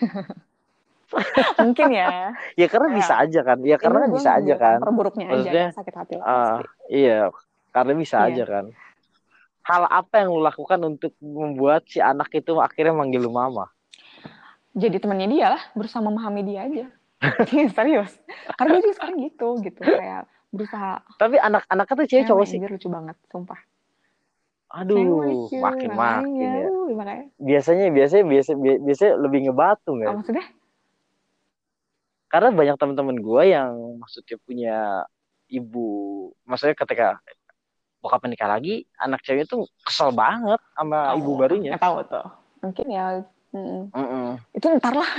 Mungkin ya. Ya karena bisa Kayak aja kan. Ya ini karena gue bisa aja ngambil yang kan. terburuknya aja Maksudnya, ya, sakit hati lah uh, pasti. iya, karena bisa aja Iya. kan. Hal apa yang lu lakukan untuk membuat si anak itu akhirnya manggil lu mama? Jadi temannya dia lah, berusaha memahami dia aja. Serius. Karena gue juga sekarang gitu, gitu. Kayak berusaha, Tapi anak-anaknya tuh cewek cewek cowok sih. anjir lucu banget, sumpah. Aduh, Cewek lucu, makin makanya. makin ya. Uh, makanya. Biasanya biasanya biasa bi- biasanya lebih ngebatu Oh, nggak sih? maksudnya? Karena banyak teman-teman gue yang maksudnya punya ibu, maksudnya ketika bokap menikah lagi, anak cewek tuh kesel banget sama ibu Oh, barunya. nggak tahu tuh. Mungkin ya, mm, Mm-mm. itu ntar lah.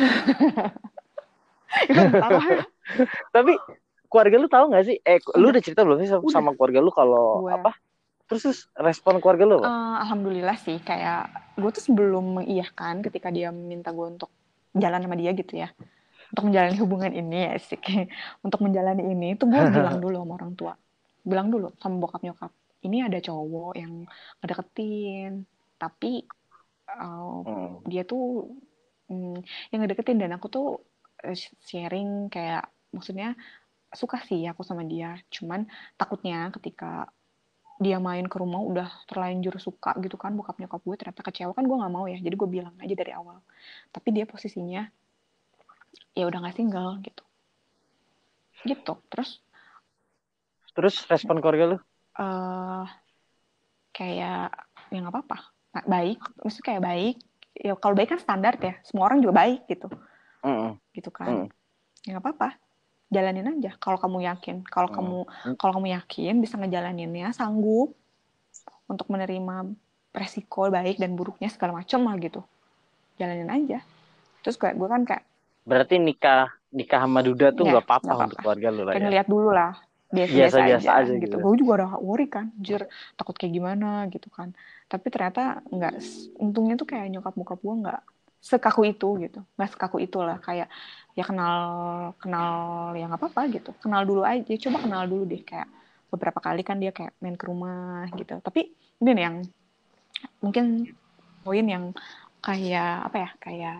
Itu ntar lah. Tapi keluarga lu tahu nggak sih? Eh, lu Udah, udah cerita belum sih sama udah. sama keluarga lu kalau Gue apa? Terus, terus respon keluarga lu apa? uh, alhamdulillah sih, kayak gue tuh sebelum mengiyakan ketika dia minta gue untuk jalan sama dia gitu ya, untuk menjalani hubungan ini ya sih, untuk menjalani ini tuh gue bilang dulu sama orang tua, bilang dulu sama bokap nyokap, ini ada cowok yang ngedeketin, tapi uh, Hmm. dia tuh mm, yang ngedeketin, dan aku tuh uh, sharing kayak, maksudnya suka sih aku sama dia, cuman takutnya ketika dia main ke rumah udah terlanjur suka gitu kan, bokap nyokap gue ternyata kecewa kan, gue nggak mau ya, jadi gue bilang aja dari awal. Tapi dia posisinya ya udah nggak single gitu, gitu. Terus Terus respon keluarga lu? uh, kayak ya nggak apa-apa, baik, maksudnya kayak baik. Ya kalau baik kan standar ya, semua orang juga baik gitu, Mm-mm. gitu kan. Mm-mm. Ya nggak apa-apa, jalanin aja kalau kamu yakin, kalau kamu Mm-mm. kalau kamu yakin bisa ngejalaninnya, sanggup untuk menerima resiko baik dan buruknya segala macam lah gitu, jalanin aja. Terus kayak gue kan kayak, Berarti nikah nikah sama Duda tuh ya nggak apa-apa nggak untuk apa-apa, keluarga lu lah kayak ya. ngeliat dulu lah, biasa-biasa Biasa-biasa aja aja gitu. gitu. Gue juga udah worry kan, jujur takut kayak gimana gitu kan. Tapi ternyata nggak, untungnya tuh kayak nyokap bokap gue nggak sekaku itu gitu, nggak sekaku itu lah, kayak ya kenal kenal ya nggak apa-apa gitu, kenal dulu aja, coba kenal dulu deh, kayak beberapa kali kan dia kayak main ke rumah gitu. Tapi ini nih yang mungkin poin yang kayak apa ya, kayak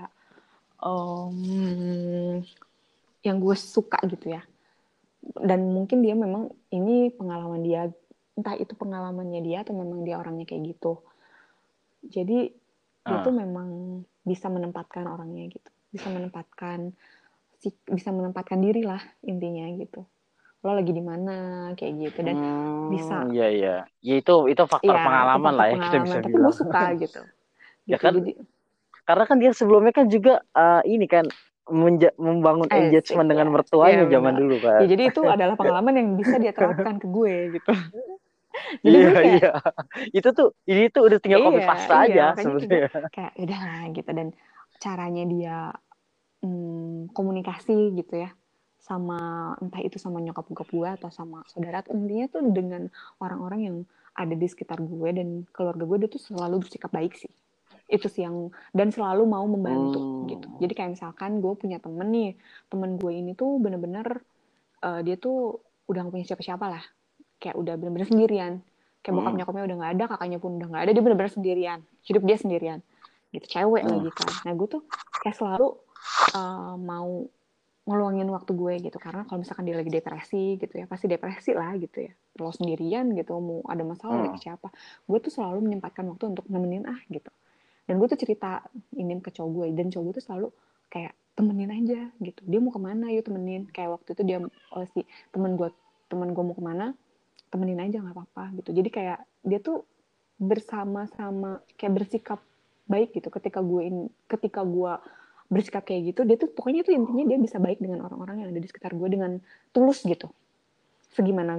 um, yang gue suka gitu ya, dan mungkin dia memang ini pengalaman dia, entah itu pengalamannya dia atau memang dia orangnya kayak gitu, jadi dia tuh Ah. memang bisa menempatkan orangnya gitu, bisa menempatkan bisa menempatkan diri lah intinya gitu, lo lagi di mana kayak gitu, dan bisa, Hmm, iya iya. Ya itu itu faktor ya itu pengalaman lah faktor ya kita bisa pengalaman, tapi gue bilang. suka gitu, Ya gitu kan jadi karena kan dia sebelumnya kan juga eh, ini kan menja- membangun asik engagement dengan ya, ya mertuanya zaman benar dulu ya, kan. jadi itu adalah pengalaman yang bisa dia terapkan ke gue gitu. Jadi Iya gue kayak, iya. Itu tuh ini tuh udah tinggal copy iya paste iya, aja makanya gue sebenarnya. kayak udah lah gitu, dan caranya dia hmm, komunikasi gitu ya, sama entah itu sama nyokap bokap gue atau sama saudara, intinya tuh dengan orang-orang yang ada di sekitar gue dan keluarga gue, dia tuh selalu bersikap baik sih, itu sih yang, dan selalu mau membantu gitu. Hmm. Jadi kayak misalkan gue punya temen nih, temen gue ini tuh bener-bener uh, dia tuh udah gak punya siapa-siapa lah, kayak udah bener-bener sendirian, kayak bokap Hmm. nyokapnya udah nggak ada, kakaknya pun udah nggak ada, dia benar-benar sendirian, hidup dia sendirian gitu, cewek Hmm. lagi kan. Nah gue tuh kayak selalu uh, mau ngeluangin waktu gue gitu, karena kalau misalkan dia lagi depresi gitu ya, pasti depresi lah gitu ya, lo sendirian gitu, mau ada masalah oleh Hmm. siapa, gue tuh selalu menyempatkan waktu untuk nemenin ah gitu. Dan gue tuh cerita ini ke cowok gue, dan cowok gue tuh selalu kayak temenin aja gitu, dia mau kemana yuk temenin, kayak waktu itu dia oh, si temen gue temen gue mau kemana, temenin aja nggak apa-apa gitu. Jadi kayak dia tuh bersama-sama kayak bersikap baik gitu ketika gue in, ketika gue bersikap kayak gitu, dia tuh pokoknya tuh intinya dia bisa baik dengan orang-orang yang ada di sekitar gue dengan tulus gitu, segimana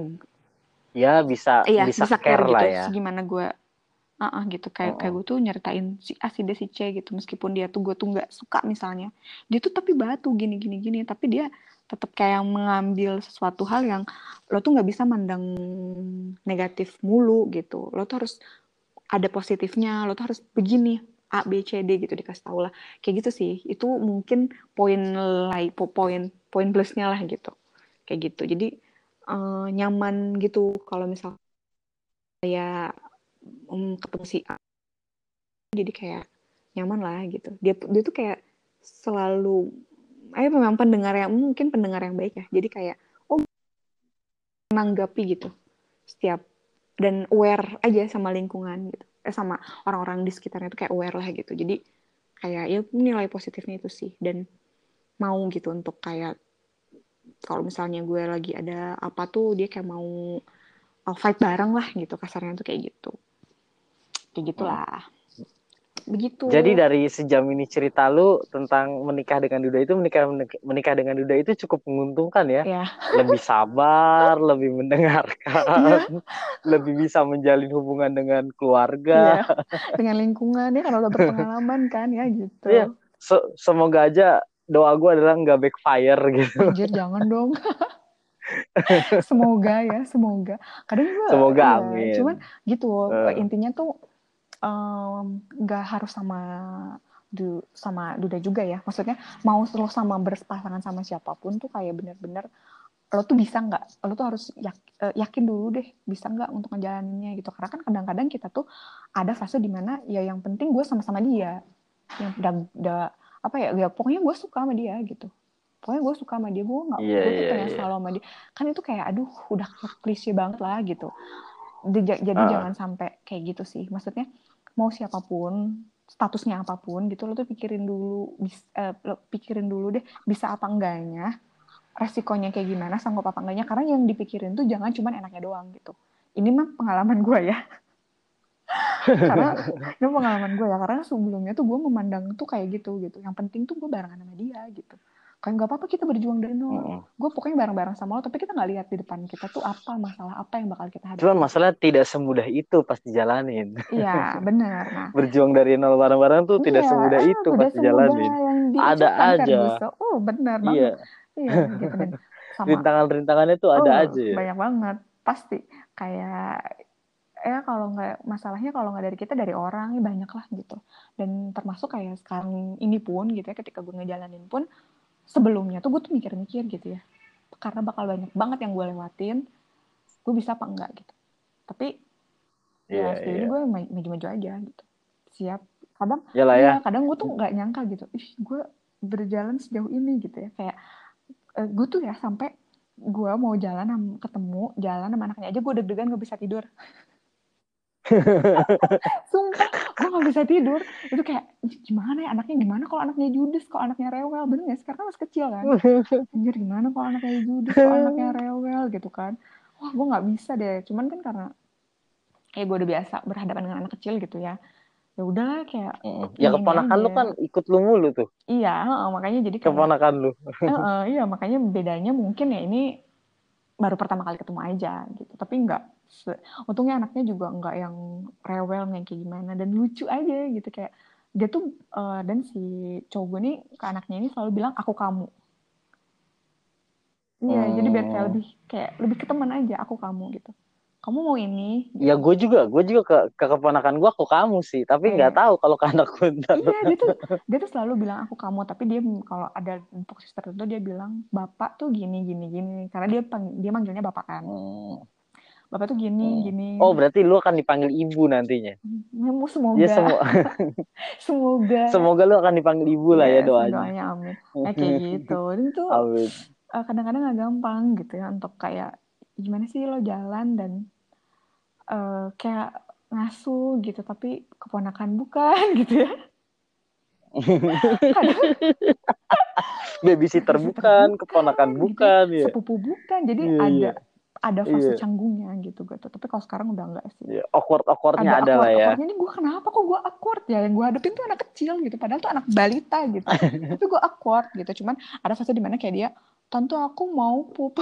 Ya bisa iya bisa bisa care care gitu, lah ya. segimana gue uh-uh, gitu kayak kayak Hmm. gue tuh nyeritain si A si D si C gitu, meskipun dia tuh gue tuh nggak suka misalnya, dia tuh tapi batu gini gini gini, tapi dia tetap kayak mengambil sesuatu hal yang lo tuh nggak bisa mandang negatif mulu gitu, lo tuh harus ada positifnya, lo tuh harus begini A B C D gitu, dikasih tau lah kayak gitu sih. Itu mungkin poin lain, poin poin plusnya lah gitu, kayak gitu. Jadi uh, nyaman gitu kalau misal kayak um, ketemu si A, jadi kayak nyaman lah gitu. Dia dia tuh kayak selalu, eh memang pendengar yang mungkin pendengar yang baik ya, jadi kayak oh menanggapi gitu setiap, dan aware aja sama lingkungan gitu, eh sama orang-orang di sekitarnya tuh kayak aware lah gitu. Jadi kayak ya nilai positifnya itu sih, dan mau gitu untuk kayak kalau misalnya gue lagi ada apa tuh dia kayak mau uh, fight bareng lah gitu, kasarnya tuh kayak gitu, kayak Hmm. gitulah begitu. Jadi dari sejam ini cerita lu tentang menikah dengan duda itu, menikah menikah dengan duda itu cukup menguntungkan ya. Ya Lebih sabar, lebih mendengarkan, iya lebih bisa menjalin hubungan dengan keluarga. iya dengan lingkungan ya, karena udah berpengalaman kan ya Iya, gitu. se- semoga aja doa gue adalah nggak backfire gitu. Anjir jangan dong. Semoga ya, semoga. Kadang gue, Semoga ya, cuman amin. gitu. Eh, Intinya tuh nggak um, harus sama du, sama duda juga ya. Maksudnya mau lo sama berpasangan sama siapapun tuh kayak bener-bener lo tuh bisa nggak? Lo tuh harus yak, uh, yakin dulu deh, bisa nggak untuk ngejalaninnya gitu. Karena kan kadang-kadang kita tuh ada fase dimana ya yang penting gue sama-sama dia, yang udah, udah apa ya, ya pokoknya gue suka sama dia gitu, pokoknya gue suka sama dia, gue nggak, iya gue tuh iya pengen iya. selalu sama dia. Kan itu kayak aduh udah klise banget lah gitu. Jadi Ah, jangan sampai kayak gitu sih, maksudnya mau siapapun statusnya apapun gitu, lo tuh pikirin dulu, uh, lo pikirin dulu deh bisa apa enggaknya, resikonya kayak gimana, sanggup apa enggaknya, karena yang dipikirin tuh jangan cuma enaknya doang gitu. Ini mah pengalaman gue ya. Karena ini pengalaman gue ya, karena sebelumnya tuh gue memandang tuh kayak gitu gitu, yang penting tuh gue barengan sama dia gitu, kayak nggak apa-apa kita berjuang dari nol, mm-mm. gue pokoknya bareng-bareng sama lo, tapi kita nggak lihat di depan kita tuh apa masalah apa yang bakal kita Cuman hadapin. masalah tidak semudah itu pas dijalanin. Iya benar. Nah Berjuang dari nol bareng-bareng tuh iya, tidak semudah ah, itu pas tidak semudah dijalanin. yang Ada diucapkan aja, Ferguson. Oh benar banget. iya. Iya gitu, dan sama Rintangan-rintangannya tuh ada oh aja ya. banyak banget pasti, kayak ya kalau nggak, masalahnya kalau nggak dari kita dari orang ya banyak lah gitu. Dan termasuk kayak sekarang ini pun gitu ya, ketika gue ngejalanin pun sebelumnya tuh gue tuh mikir-mikir gitu ya, karena bakal banyak banget yang gue lewatin, gue bisa apa enggak gitu. Tapi ya Iya, sejauh ini iya. gue maju-maju aja gitu, siap. Kadang Yalah ya. iya, kadang gue tuh nggak nyangka gitu, ih gue berjalan sejauh ini gitu ya, kayak uh, gue tuh ya sampai gue mau jalan ketemu jalan sama anaknya aja gue deg-degan gak bisa tidur. Sumpah gue gak bisa tidur, itu kayak gimana ya anaknya, gimana kalau anaknya judes, kalau anaknya rewel, bener gak sih, karena masih kecil kan, anjir gimana kalau anaknya judes, kalau anaknya rewel gitu kan. Wah gue gak bisa deh, cuman kan karena kayak gue udah biasa berhadapan dengan anak kecil gitu ya, ya udahlah kayak Ya ini ini keponakan aja. lu kan ikut lu mulu tuh. Iya uh, makanya jadi kayak Keponakan lu. uh, uh, iya makanya bedanya mungkin ya ini baru pertama kali ketemu aja gitu, tapi nggak se- untungnya anaknya juga nggak yang rewel yang kayak gimana, dan lucu aja gitu, kayak dia tuh uh, dan si cowok gue nih ke anaknya ini selalu bilang aku kamu. Iya jadi biar kayak Hmm. lebih kayak lebih ke teman aja, aku kamu gitu, kamu mau ini Ya gitu. gue juga, gue juga ke, ke keponakan gue ke kamu sih, tapi nggak Eh tahu kalau ke anak gue ntar. iya dia tuh dia tuh selalu bilang aku kamu, tapi dia kalau ada posisi tertentu dia bilang bapak tuh gini gini gini, karena dia dia manggilnya bapak kan. Hmm. bapak tuh gini Hmm. gini. Oh, berarti lu akan dipanggil ibu nantinya. Mau Ya semoga semua semoga semoga lu akan dipanggil ibu lah ya yes doanya. doanya amin. Nah kayak gitu dan tuh Amin. uh, kadang-kadang nggak gampang gitu ya untuk kayak gimana sih lo jalan dan uh, kayak ngasuh gitu tapi keponakan bukan gitu ya. Kadang Babysitter babysitter bukan, bukan keponakan gitu ya, bukan ya. sepupu bukan, jadi Iya, iya. ada ada fase Iya. canggungnya gitu gitu. Tapi kalau sekarang udah enggak sih. Iya, awkward-awkwardnya Ada ada lah awkward ya. awkwardnya ini gue kenapa kok gue awkward ya, yang gue hadapin tuh anak kecil gitu padahal tuh anak balita gitu tapi gue awkward gitu. Cuman ada fase dimana kayak dia, tante aku mau pup.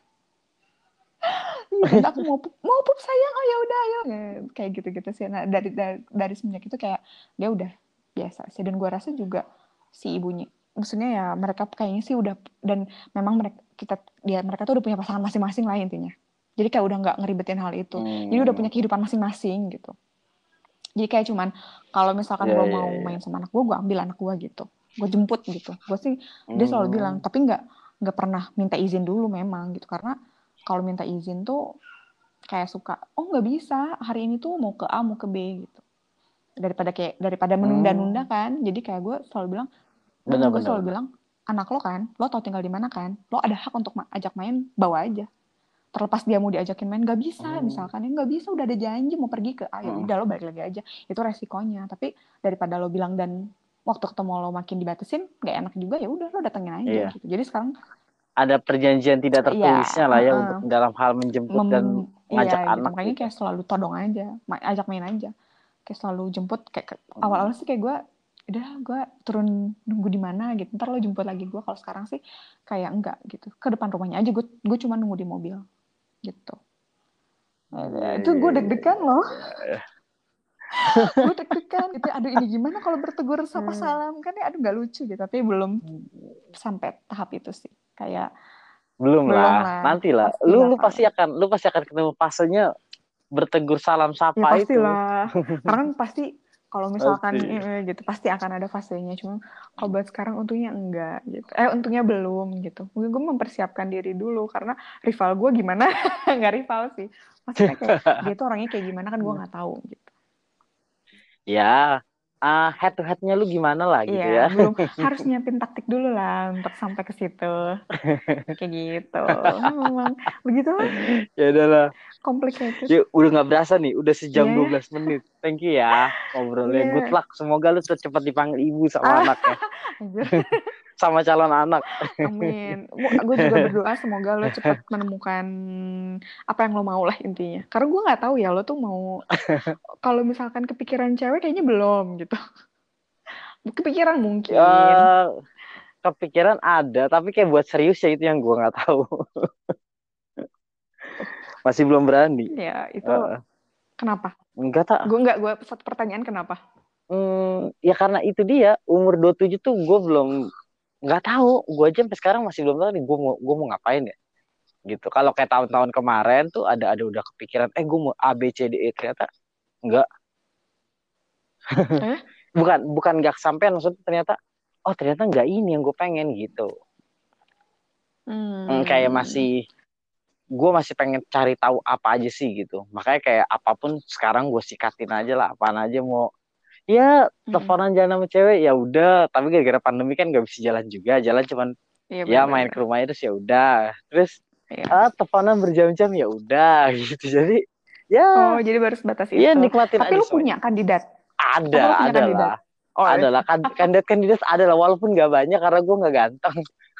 Iya tante aku mau pup, mau pup sayang, oh ya udah ayo kayak gitu gitu sih. Nah dari dari, dari semenjak itu kayak dia udah biasa sih. Dan gue rasa juga si ibunya, maksudnya ya mereka kayaknya sih udah, dan memang mereka kita dia mereka tuh udah punya pasangan masing-masing lah intinya. Jadi kayak udah nggak ngeribetin hal itu. Jadi udah punya Hmm, kehidupan masing-masing gitu. Jadi kayak cuman kalau misalkan iya, gue iya, mau iya. main sama anak gue, gue ambil anak gue gitu, gue jemput gitu. Gue sih dia selalu bilang, Hmm, tapi nggak nggak pernah minta izin dulu memang gitu, karena kalau minta izin tuh kayak suka, oh nggak bisa hari ini tuh mau ke A mau ke B gitu, daripada kayak daripada menunda-nunda hmm. kan. Jadi kayak gue selalu bilang, mm, Benar, gue benar, selalu benar. bilang anak lo kan, lo tau tinggal di mana kan, lo ada hak untuk ajak main, bawa aja. Terlepas dia mau diajakin main nggak bisa, Hmm, misalkan ya nggak bisa, udah ada janji mau pergi ke ayo hmm. udah lo balik lagi aja, itu resikonya. Tapi daripada lo bilang dan waktu ketemu lo makin dibatasin nggak enak juga, ya udah lo datengin aja Iya. gitu. Jadi sekarang Ada perjanjian tidak ya tertulisnya lah ya uh, untuk dalam hal menjemput mem, dan iya ngajak gitu, anak makanya gitu. kayak selalu todong aja, ajak main aja, kayak selalu jemput. Kayak Hmm. awal-awal sih kayak gue udah gue turun nunggu di mana gitu, ntar lo jemput lagi gue. Kalau sekarang sih kayak enggak gitu, ke depan rumahnya aja, gue gue cuma nunggu di mobil gitu. Iya, Itu iya, gue iya, deg-degan loh, iya. gue deg-degan gitu. Aduh ini gimana kalau bertegur sapa Hmm. salam kan ya, aduh nggak lucu gitu. Tapi belum sampai tahap itu sih, kayak Belum belum lah, lah, nanti lah. pasti Lu lu bakal. pasti akan lu pasti akan ketemu fasenya bertegur salam Ya sapa itu. pastilah, karena kan pasti kalau misalkan Pasti. eh, gitu pasti akan ada fasenya. Cuma kalau buat sekarang untungnya enggak gitu, eh untungnya belum gitu. Mungkin gue mempersiapkan diri dulu karena rival gue gimana. Nggak rival sih, maksudnya kayak dia tuh orangnya kayak gimana kan gue nggak tahu gitu. Ya, ah head to headnya lu gimana lah Iya gitu ya. belum, harus nyiapin taktik dulu lah untuk sampai ke situ kayak gitu. Memang begitulah, Ya udahlah. complicated. Ya udah nggak berasa nih, udah sejam Iya dua ya, belas menit. Thank you ya ngobrolnya. Good iya. luck. Semoga lu cepat dipanggil ibu sama Ah, anaknya, anjir. sama calon anak. Amin. Gue juga berdoa semoga lo cepat menemukan apa yang lo mau lah intinya. Karena gue nggak tahu ya lo tuh mau, kalau misalkan kepikiran cewek kayaknya belum gitu. Kepikiran mungkin. Ya, kepikiran ada, tapi kayak buat serius ya itu yang gua nggak tahu. Masih belum berani. Ya itu Heeh. kenapa? Enggak tak. Gue nggak, gue satu pertanyaan kenapa? Hmm, ya karena itu dia umur dua puluh tujuh tuh gue belum nggak tahu. Gue aja sampai sekarang masih belum tahu nih gue mau gue mau ngapain ya gitu. Kalau kayak tahun-tahun kemarin tuh ada ada udah kepikiran eh gue mau A B C D E, ternyata enggak. Eh? Bukan bukan nggak kesampean, maksudnya ternyata oh ternyata nggak ini yang gue pengen gitu. Hmm, kayak Hmm. masih gue masih pengen cari tahu apa aja sih gitu. Makanya kayak apapun sekarang gue sikatin aja lah, apaan aja mau. Ya Mm-mm. teleponan jalan sama cewek ya udah, tapi gara-gara pandemi kan nggak bisa jalan juga, jalan cuman Iya ya main ke benar-benar. rumahnya terus ya udah, terus Iya. ah teleponan berjam-jam ya udah gitu. Jadi ya Oh jadi baru sebatas ya itu. nikmatin Tapi aja lo semuanya. punya kandidat? Ada, Apa lo punya ada lah, kandidat? Oh ada ya. lah. Kan- kandidat-kandidat ada lah, walaupun nggak banyak karena gue nggak ganteng.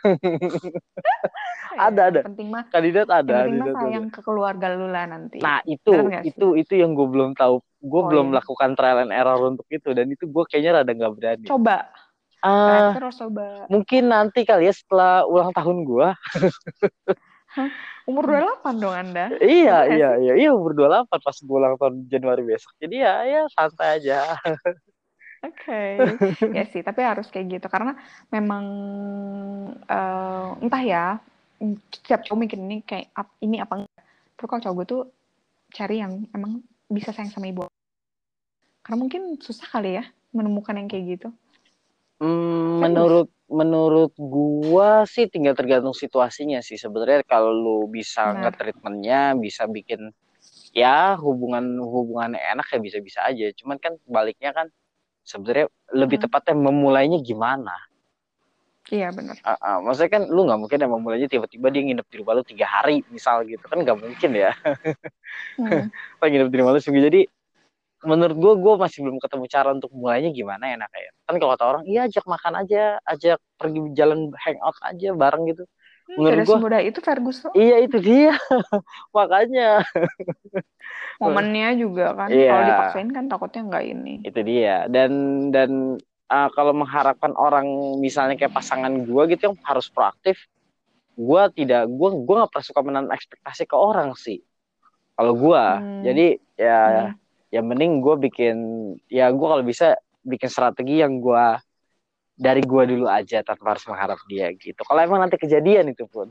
Ya Ada, yang ada penting mah, kandidat, ada yang penting mah kandidat ada. sayang ke keluarga lu lah nanti. Nah itu Bener nggak sih? itu itu yang gue belum tahu. Gue Oh belum iya. melakukan trial and error untuk itu, dan itu gue kayaknya rada nggak berani. Coba. Nah, Ah, tapi harus coba. mungkin nanti kali ya setelah ulang tahun gue. Hah? Umur dua puluh delapan dong Anda. Iya, Bener nggak iya, sih? iya, iya, umur dua puluh delapan pas gue ulang tahun Januari besok. Jadi ya, ya santai aja. Oke. Okay. Ya sih, tapi harus kayak gitu. Karena memang, uh, entah ya, setiap cowok mikir ini kayak, ini apa enggak. Tapi kalau cowok gue tuh cari yang emang bisa sayang sama ibu. Karena mungkin susah kali ya menemukan yang kayak gitu. Hmm, Serius. menurut menurut gua sih tinggal tergantung situasinya sih sebenarnya. Kalau lu bisa Benar. nge-treatmentnya, bisa bikin ya hubungan hubungannya enak ya bisa-bisa aja. Cuman kan baliknya kan sebenarnya lebih Hmm. tepatnya memulainya gimana. Iya benar. Uh, uh, maksudnya kan lu nggak mungkin yang memulainya tiba-tiba dia nginep di rumah lu tiga hari misal gitu kan nggak mungkin ya. Hmm. Apa nginep di rumah lu seminggu. Jadi menurut gue gue masih belum ketemu cara untuk mulainya gimana enak ya. Kan kalau kata orang iya ajak makan aja, ajak pergi jalan hangout aja bareng gitu. Hmm, Menurut tidak gue semudah itu Fergus tuh. iya itu dia makanya. Momennya juga kan. Iya Kalau dipaksain kan takutnya nggak ini. itu dia dan dan uh, kalau mengharapkan orang misalnya kayak pasangan gue gitu yang harus proaktif, gue tidak gue gue nggak pernah suka menanam ekspektasi ke orang sih kalau gue. Hmm. Jadi ya Hmm. ya mending gue bikin ya gue kalau bisa bikin strategi yang gue dari gue dulu aja tanpa harus mengharap dia gitu kalau emang nanti kejadian itu pun.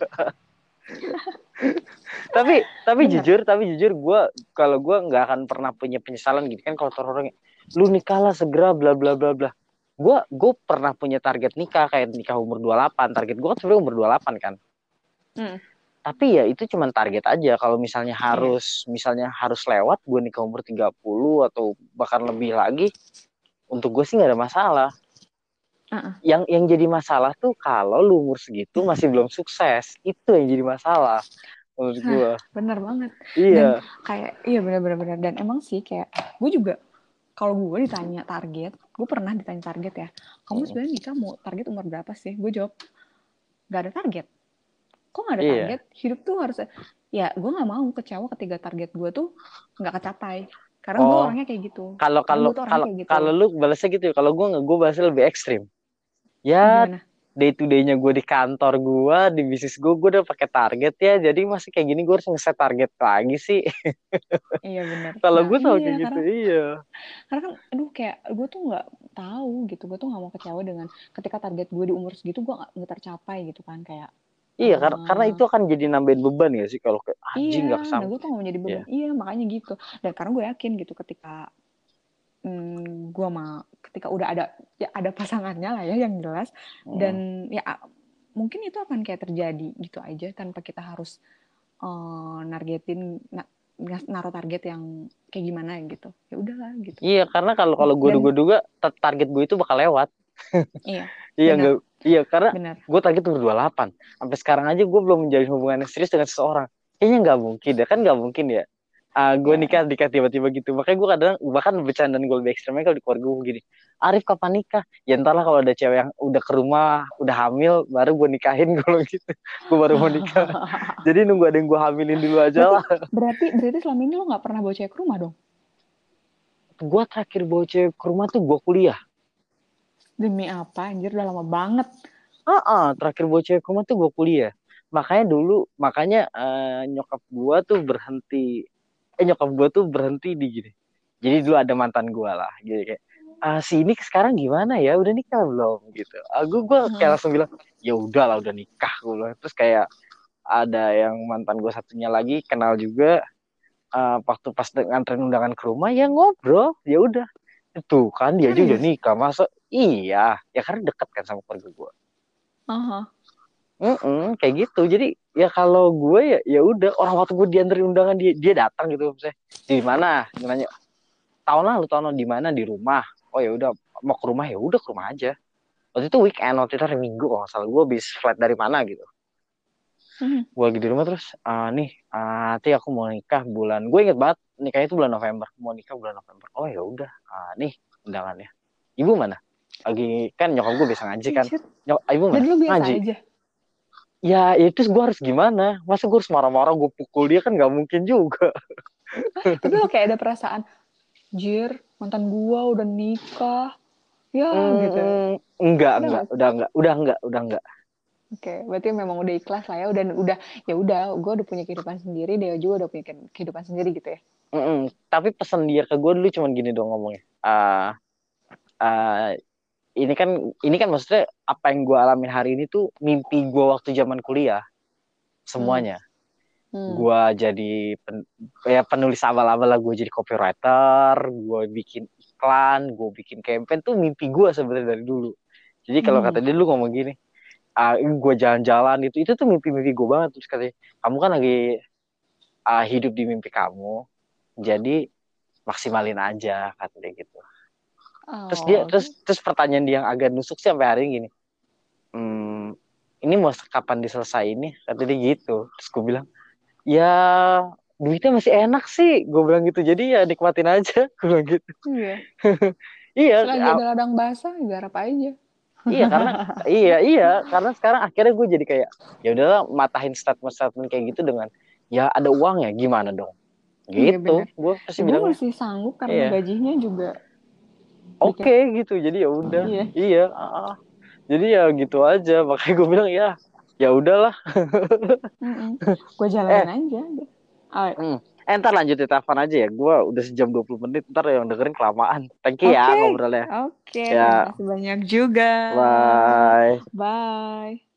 tapi tapi Bener. jujur tapi jujur gue kalau gue nggak akan pernah punya penyesalan gitu kan kalau orang lu nikah lah segera bla bla bla bla. Gue gue pernah punya target nikah kayak nikah umur dua puluh delapan. Target gue kan sebenarnya umur dua puluh delapan kan. Hmm. Tapi ya itu cuma target aja. Kalau misalnya Iya. harus misalnya harus lewat gue nikah umur tiga puluh atau bahkan lebih lagi, untuk gue sih nggak ada masalah. Uh-uh. Yang yang jadi masalah tuh kalau lu umur segitu masih belum sukses. Itu yang jadi masalah menurut Hah, gue. bener banget. Dan Iya. kayak, iya bener-bener bener. Dan emang sih kayak, gue juga, kalau gue ditanya target, gue pernah ditanya target ya, kamu Mm, sebenarnya nikah mau target umur berapa sih? Gue jawab, gak ada target. Kok gak ada iya. target? Hidup tuh harus, ya gue gak mau kecewa ketika target gue tuh gak kecapai. Karena gue Oh, orangnya kayak gitu. kalau Karena kalau gue tuh orangnya kalau kayak gitu. kalau lu balasnya gitu ya. Kalau gue nggak, gue balasnya lebih ekstrim. Ya Gimana? day to day-nya gue di kantor gue, di bisnis gue, gue udah pakai target ya. Jadi masih kayak gini gue harus ngeset target lagi sih. Iya bener. Kalau Nah gue sama iya, kayak gitu, karena iya. karena kan aduh kayak gue tuh nggak tahu gitu, gue tuh nggak mau kecewa dengan ketika target gue di umur segitu gue nggak tercapai gitu kan kayak Iya, karena karena uh, itu akan jadi nambahin beban ya sih kalau kayak iya, anjing nggak nah gue kesampe. tuh nggak mau jadi Ya. beban, iya makanya gitu. Dan karena gue yakin gitu ketika hmm, gue mau ketika udah ada ya ada pasangannya lah ya yang jelas Hmm. dan ya mungkin itu akan kayak terjadi gitu aja tanpa kita harus uh, nargetin na, naruh target yang kayak gimana gitu, ya udahlah gitu. Iya, karena kalau kalau gue Dan duga-duga target gue itu bakal lewat. iya Iya benar enggak, iya karena benar. gue target umur dua puluh delapan. Sampai sekarang aja gue belum menjalin hubungan yang serius dengan seseorang. Kayaknya nggak mungkin ya, kan nggak mungkin ya. Ah, gue Ya. nikah nikah tiba-tiba gitu. Makanya gue kadang bahkan bercandaan gue lebih ekstrimnya kalau di keluarga gue gini. Arif kapan nikah? Ya entar lah kalau ada cewek yang udah ke rumah, udah hamil, baru gue nikahin kalau gitu. Gue baru mau nikah. Jadi nunggu ada yang gue hamilin dulu aja berarti lah. berarti berarti selama ini lo nggak pernah bawa cewek ke rumah dong? Gue terakhir bawa cewek ke rumah tuh gue kuliah. Demi apa anjir, udah lama banget. Ah, ah, terakhir bawa cewek ke rumah tuh gue kuliah. Makanya dulu, makanya eh, nyokap gue tuh berhenti eh nyokap gue tuh berhenti di gini. Jadi dulu ada mantan gue lah, gitu kayak ah si ini sekarang gimana ya, udah nikah belum gitu. Aku gue kayak Hmm. langsung bilang ya udah lah udah nikah gue bilang. Terus kayak ada yang mantan gue satunya lagi kenal juga eh, waktu pas nganterin undangan ke rumah ya ngobrol ya udah itu kan dia aja udah Serius? nikah masa iya ya karena deket kan sama keluarga gue. Aha. Mm-mm, kayak gitu. Jadi ya kalau gue ya ya udah orang waktu gue dianterin undangan dia dia datang gitu misalnya di mana nanya tahun lalu tahun lalu di mana di rumah. Oh ya udah mau ke rumah ya udah ke rumah aja. Waktu itu weekend waktu itu hari Minggu kalau nggak salah gue habis flight dari mana gitu. Hmm. Gue lagi di rumah terus ah nih ah, nanti aku mau nikah bulan gue inget banget nikahnya itu bulan November mau nikah bulan November. Oh ya udah ah, nih undangannya. Ibu mana? Lagi kan nyokap gue biasa ngaji kan. Bullshit. Nyok, ibu Dan mana? lu biasa Ngaji. aja. Ya itu gue harus gimana masa gue harus marah-marah gue pukul dia kan nggak mungkin juga. Tapi lo kayak ada perasaan, jir, mantan gua udah nikah. Ya gitu. hmm, enggak Udah enggak gak sih? udah enggak udah enggak udah enggak. Oke, berarti memang udah ikhlas lah ya. Udah, udah, ya udah. Gue udah punya kehidupan sendiri, dia juga udah punya kehidupan sendiri gitu ya. Mm-mm. Tapi pesan dia ke gue dulu cuman gini dong ngomongnya ah ah, ini kan ini kan maksudnya apa yang gue alamin hari ini tuh mimpi gue waktu zaman kuliah Hmm. semuanya. Hmm. Gue jadi pen, ya penulis awal-awal lah gue jadi copywriter gue bikin iklan gue bikin campaign tuh mimpi gue sebenarnya dari dulu. Jadi kalau Hmm. kata dia dulu ngomong gini ah gue jalan-jalan itu itu tuh mimpi-mimpi gue banget terus katanya kamu kan lagi uh, hidup di mimpi kamu, jadi maksimalin aja kata dia gitu. Terus dia Oh. terus terus pertanyaan dia yang agak nusuk sih sampai hari ini gini, hmm, ini mau kapan diselesai ini kata dia gitu. Terus gue bilang ya duitnya masih enak sih, gue bilang gitu, jadi ya nikmatin aja, gue bilang gitu. Iya. Iya, Selagi a- ada ladang basah, garap aja. iya karena iya iya karena sekarang akhirnya gue jadi kayak ya udahlah matahin statement-statement kayak gitu dengan ya ada uang ya gimana dong Iya gitu, bener. gue pasti Ibu bilangnya masih sanggup karena iya gajinya juga oke dikit. okay, gitu, jadi ya udah Iya. iya ah, jadi ya gitu aja, makanya gue bilang ya ya udahlah. Gue jalanin eh aja. Oh, hmm. eh ntar lanjut di telepon aja ya, gue udah sejam dua puluh menit, ntar yang dengerin kelamaan. Thank you oke. ya ngobrolnya Oke, terima ya, kasih banyak juga. bye. Bye.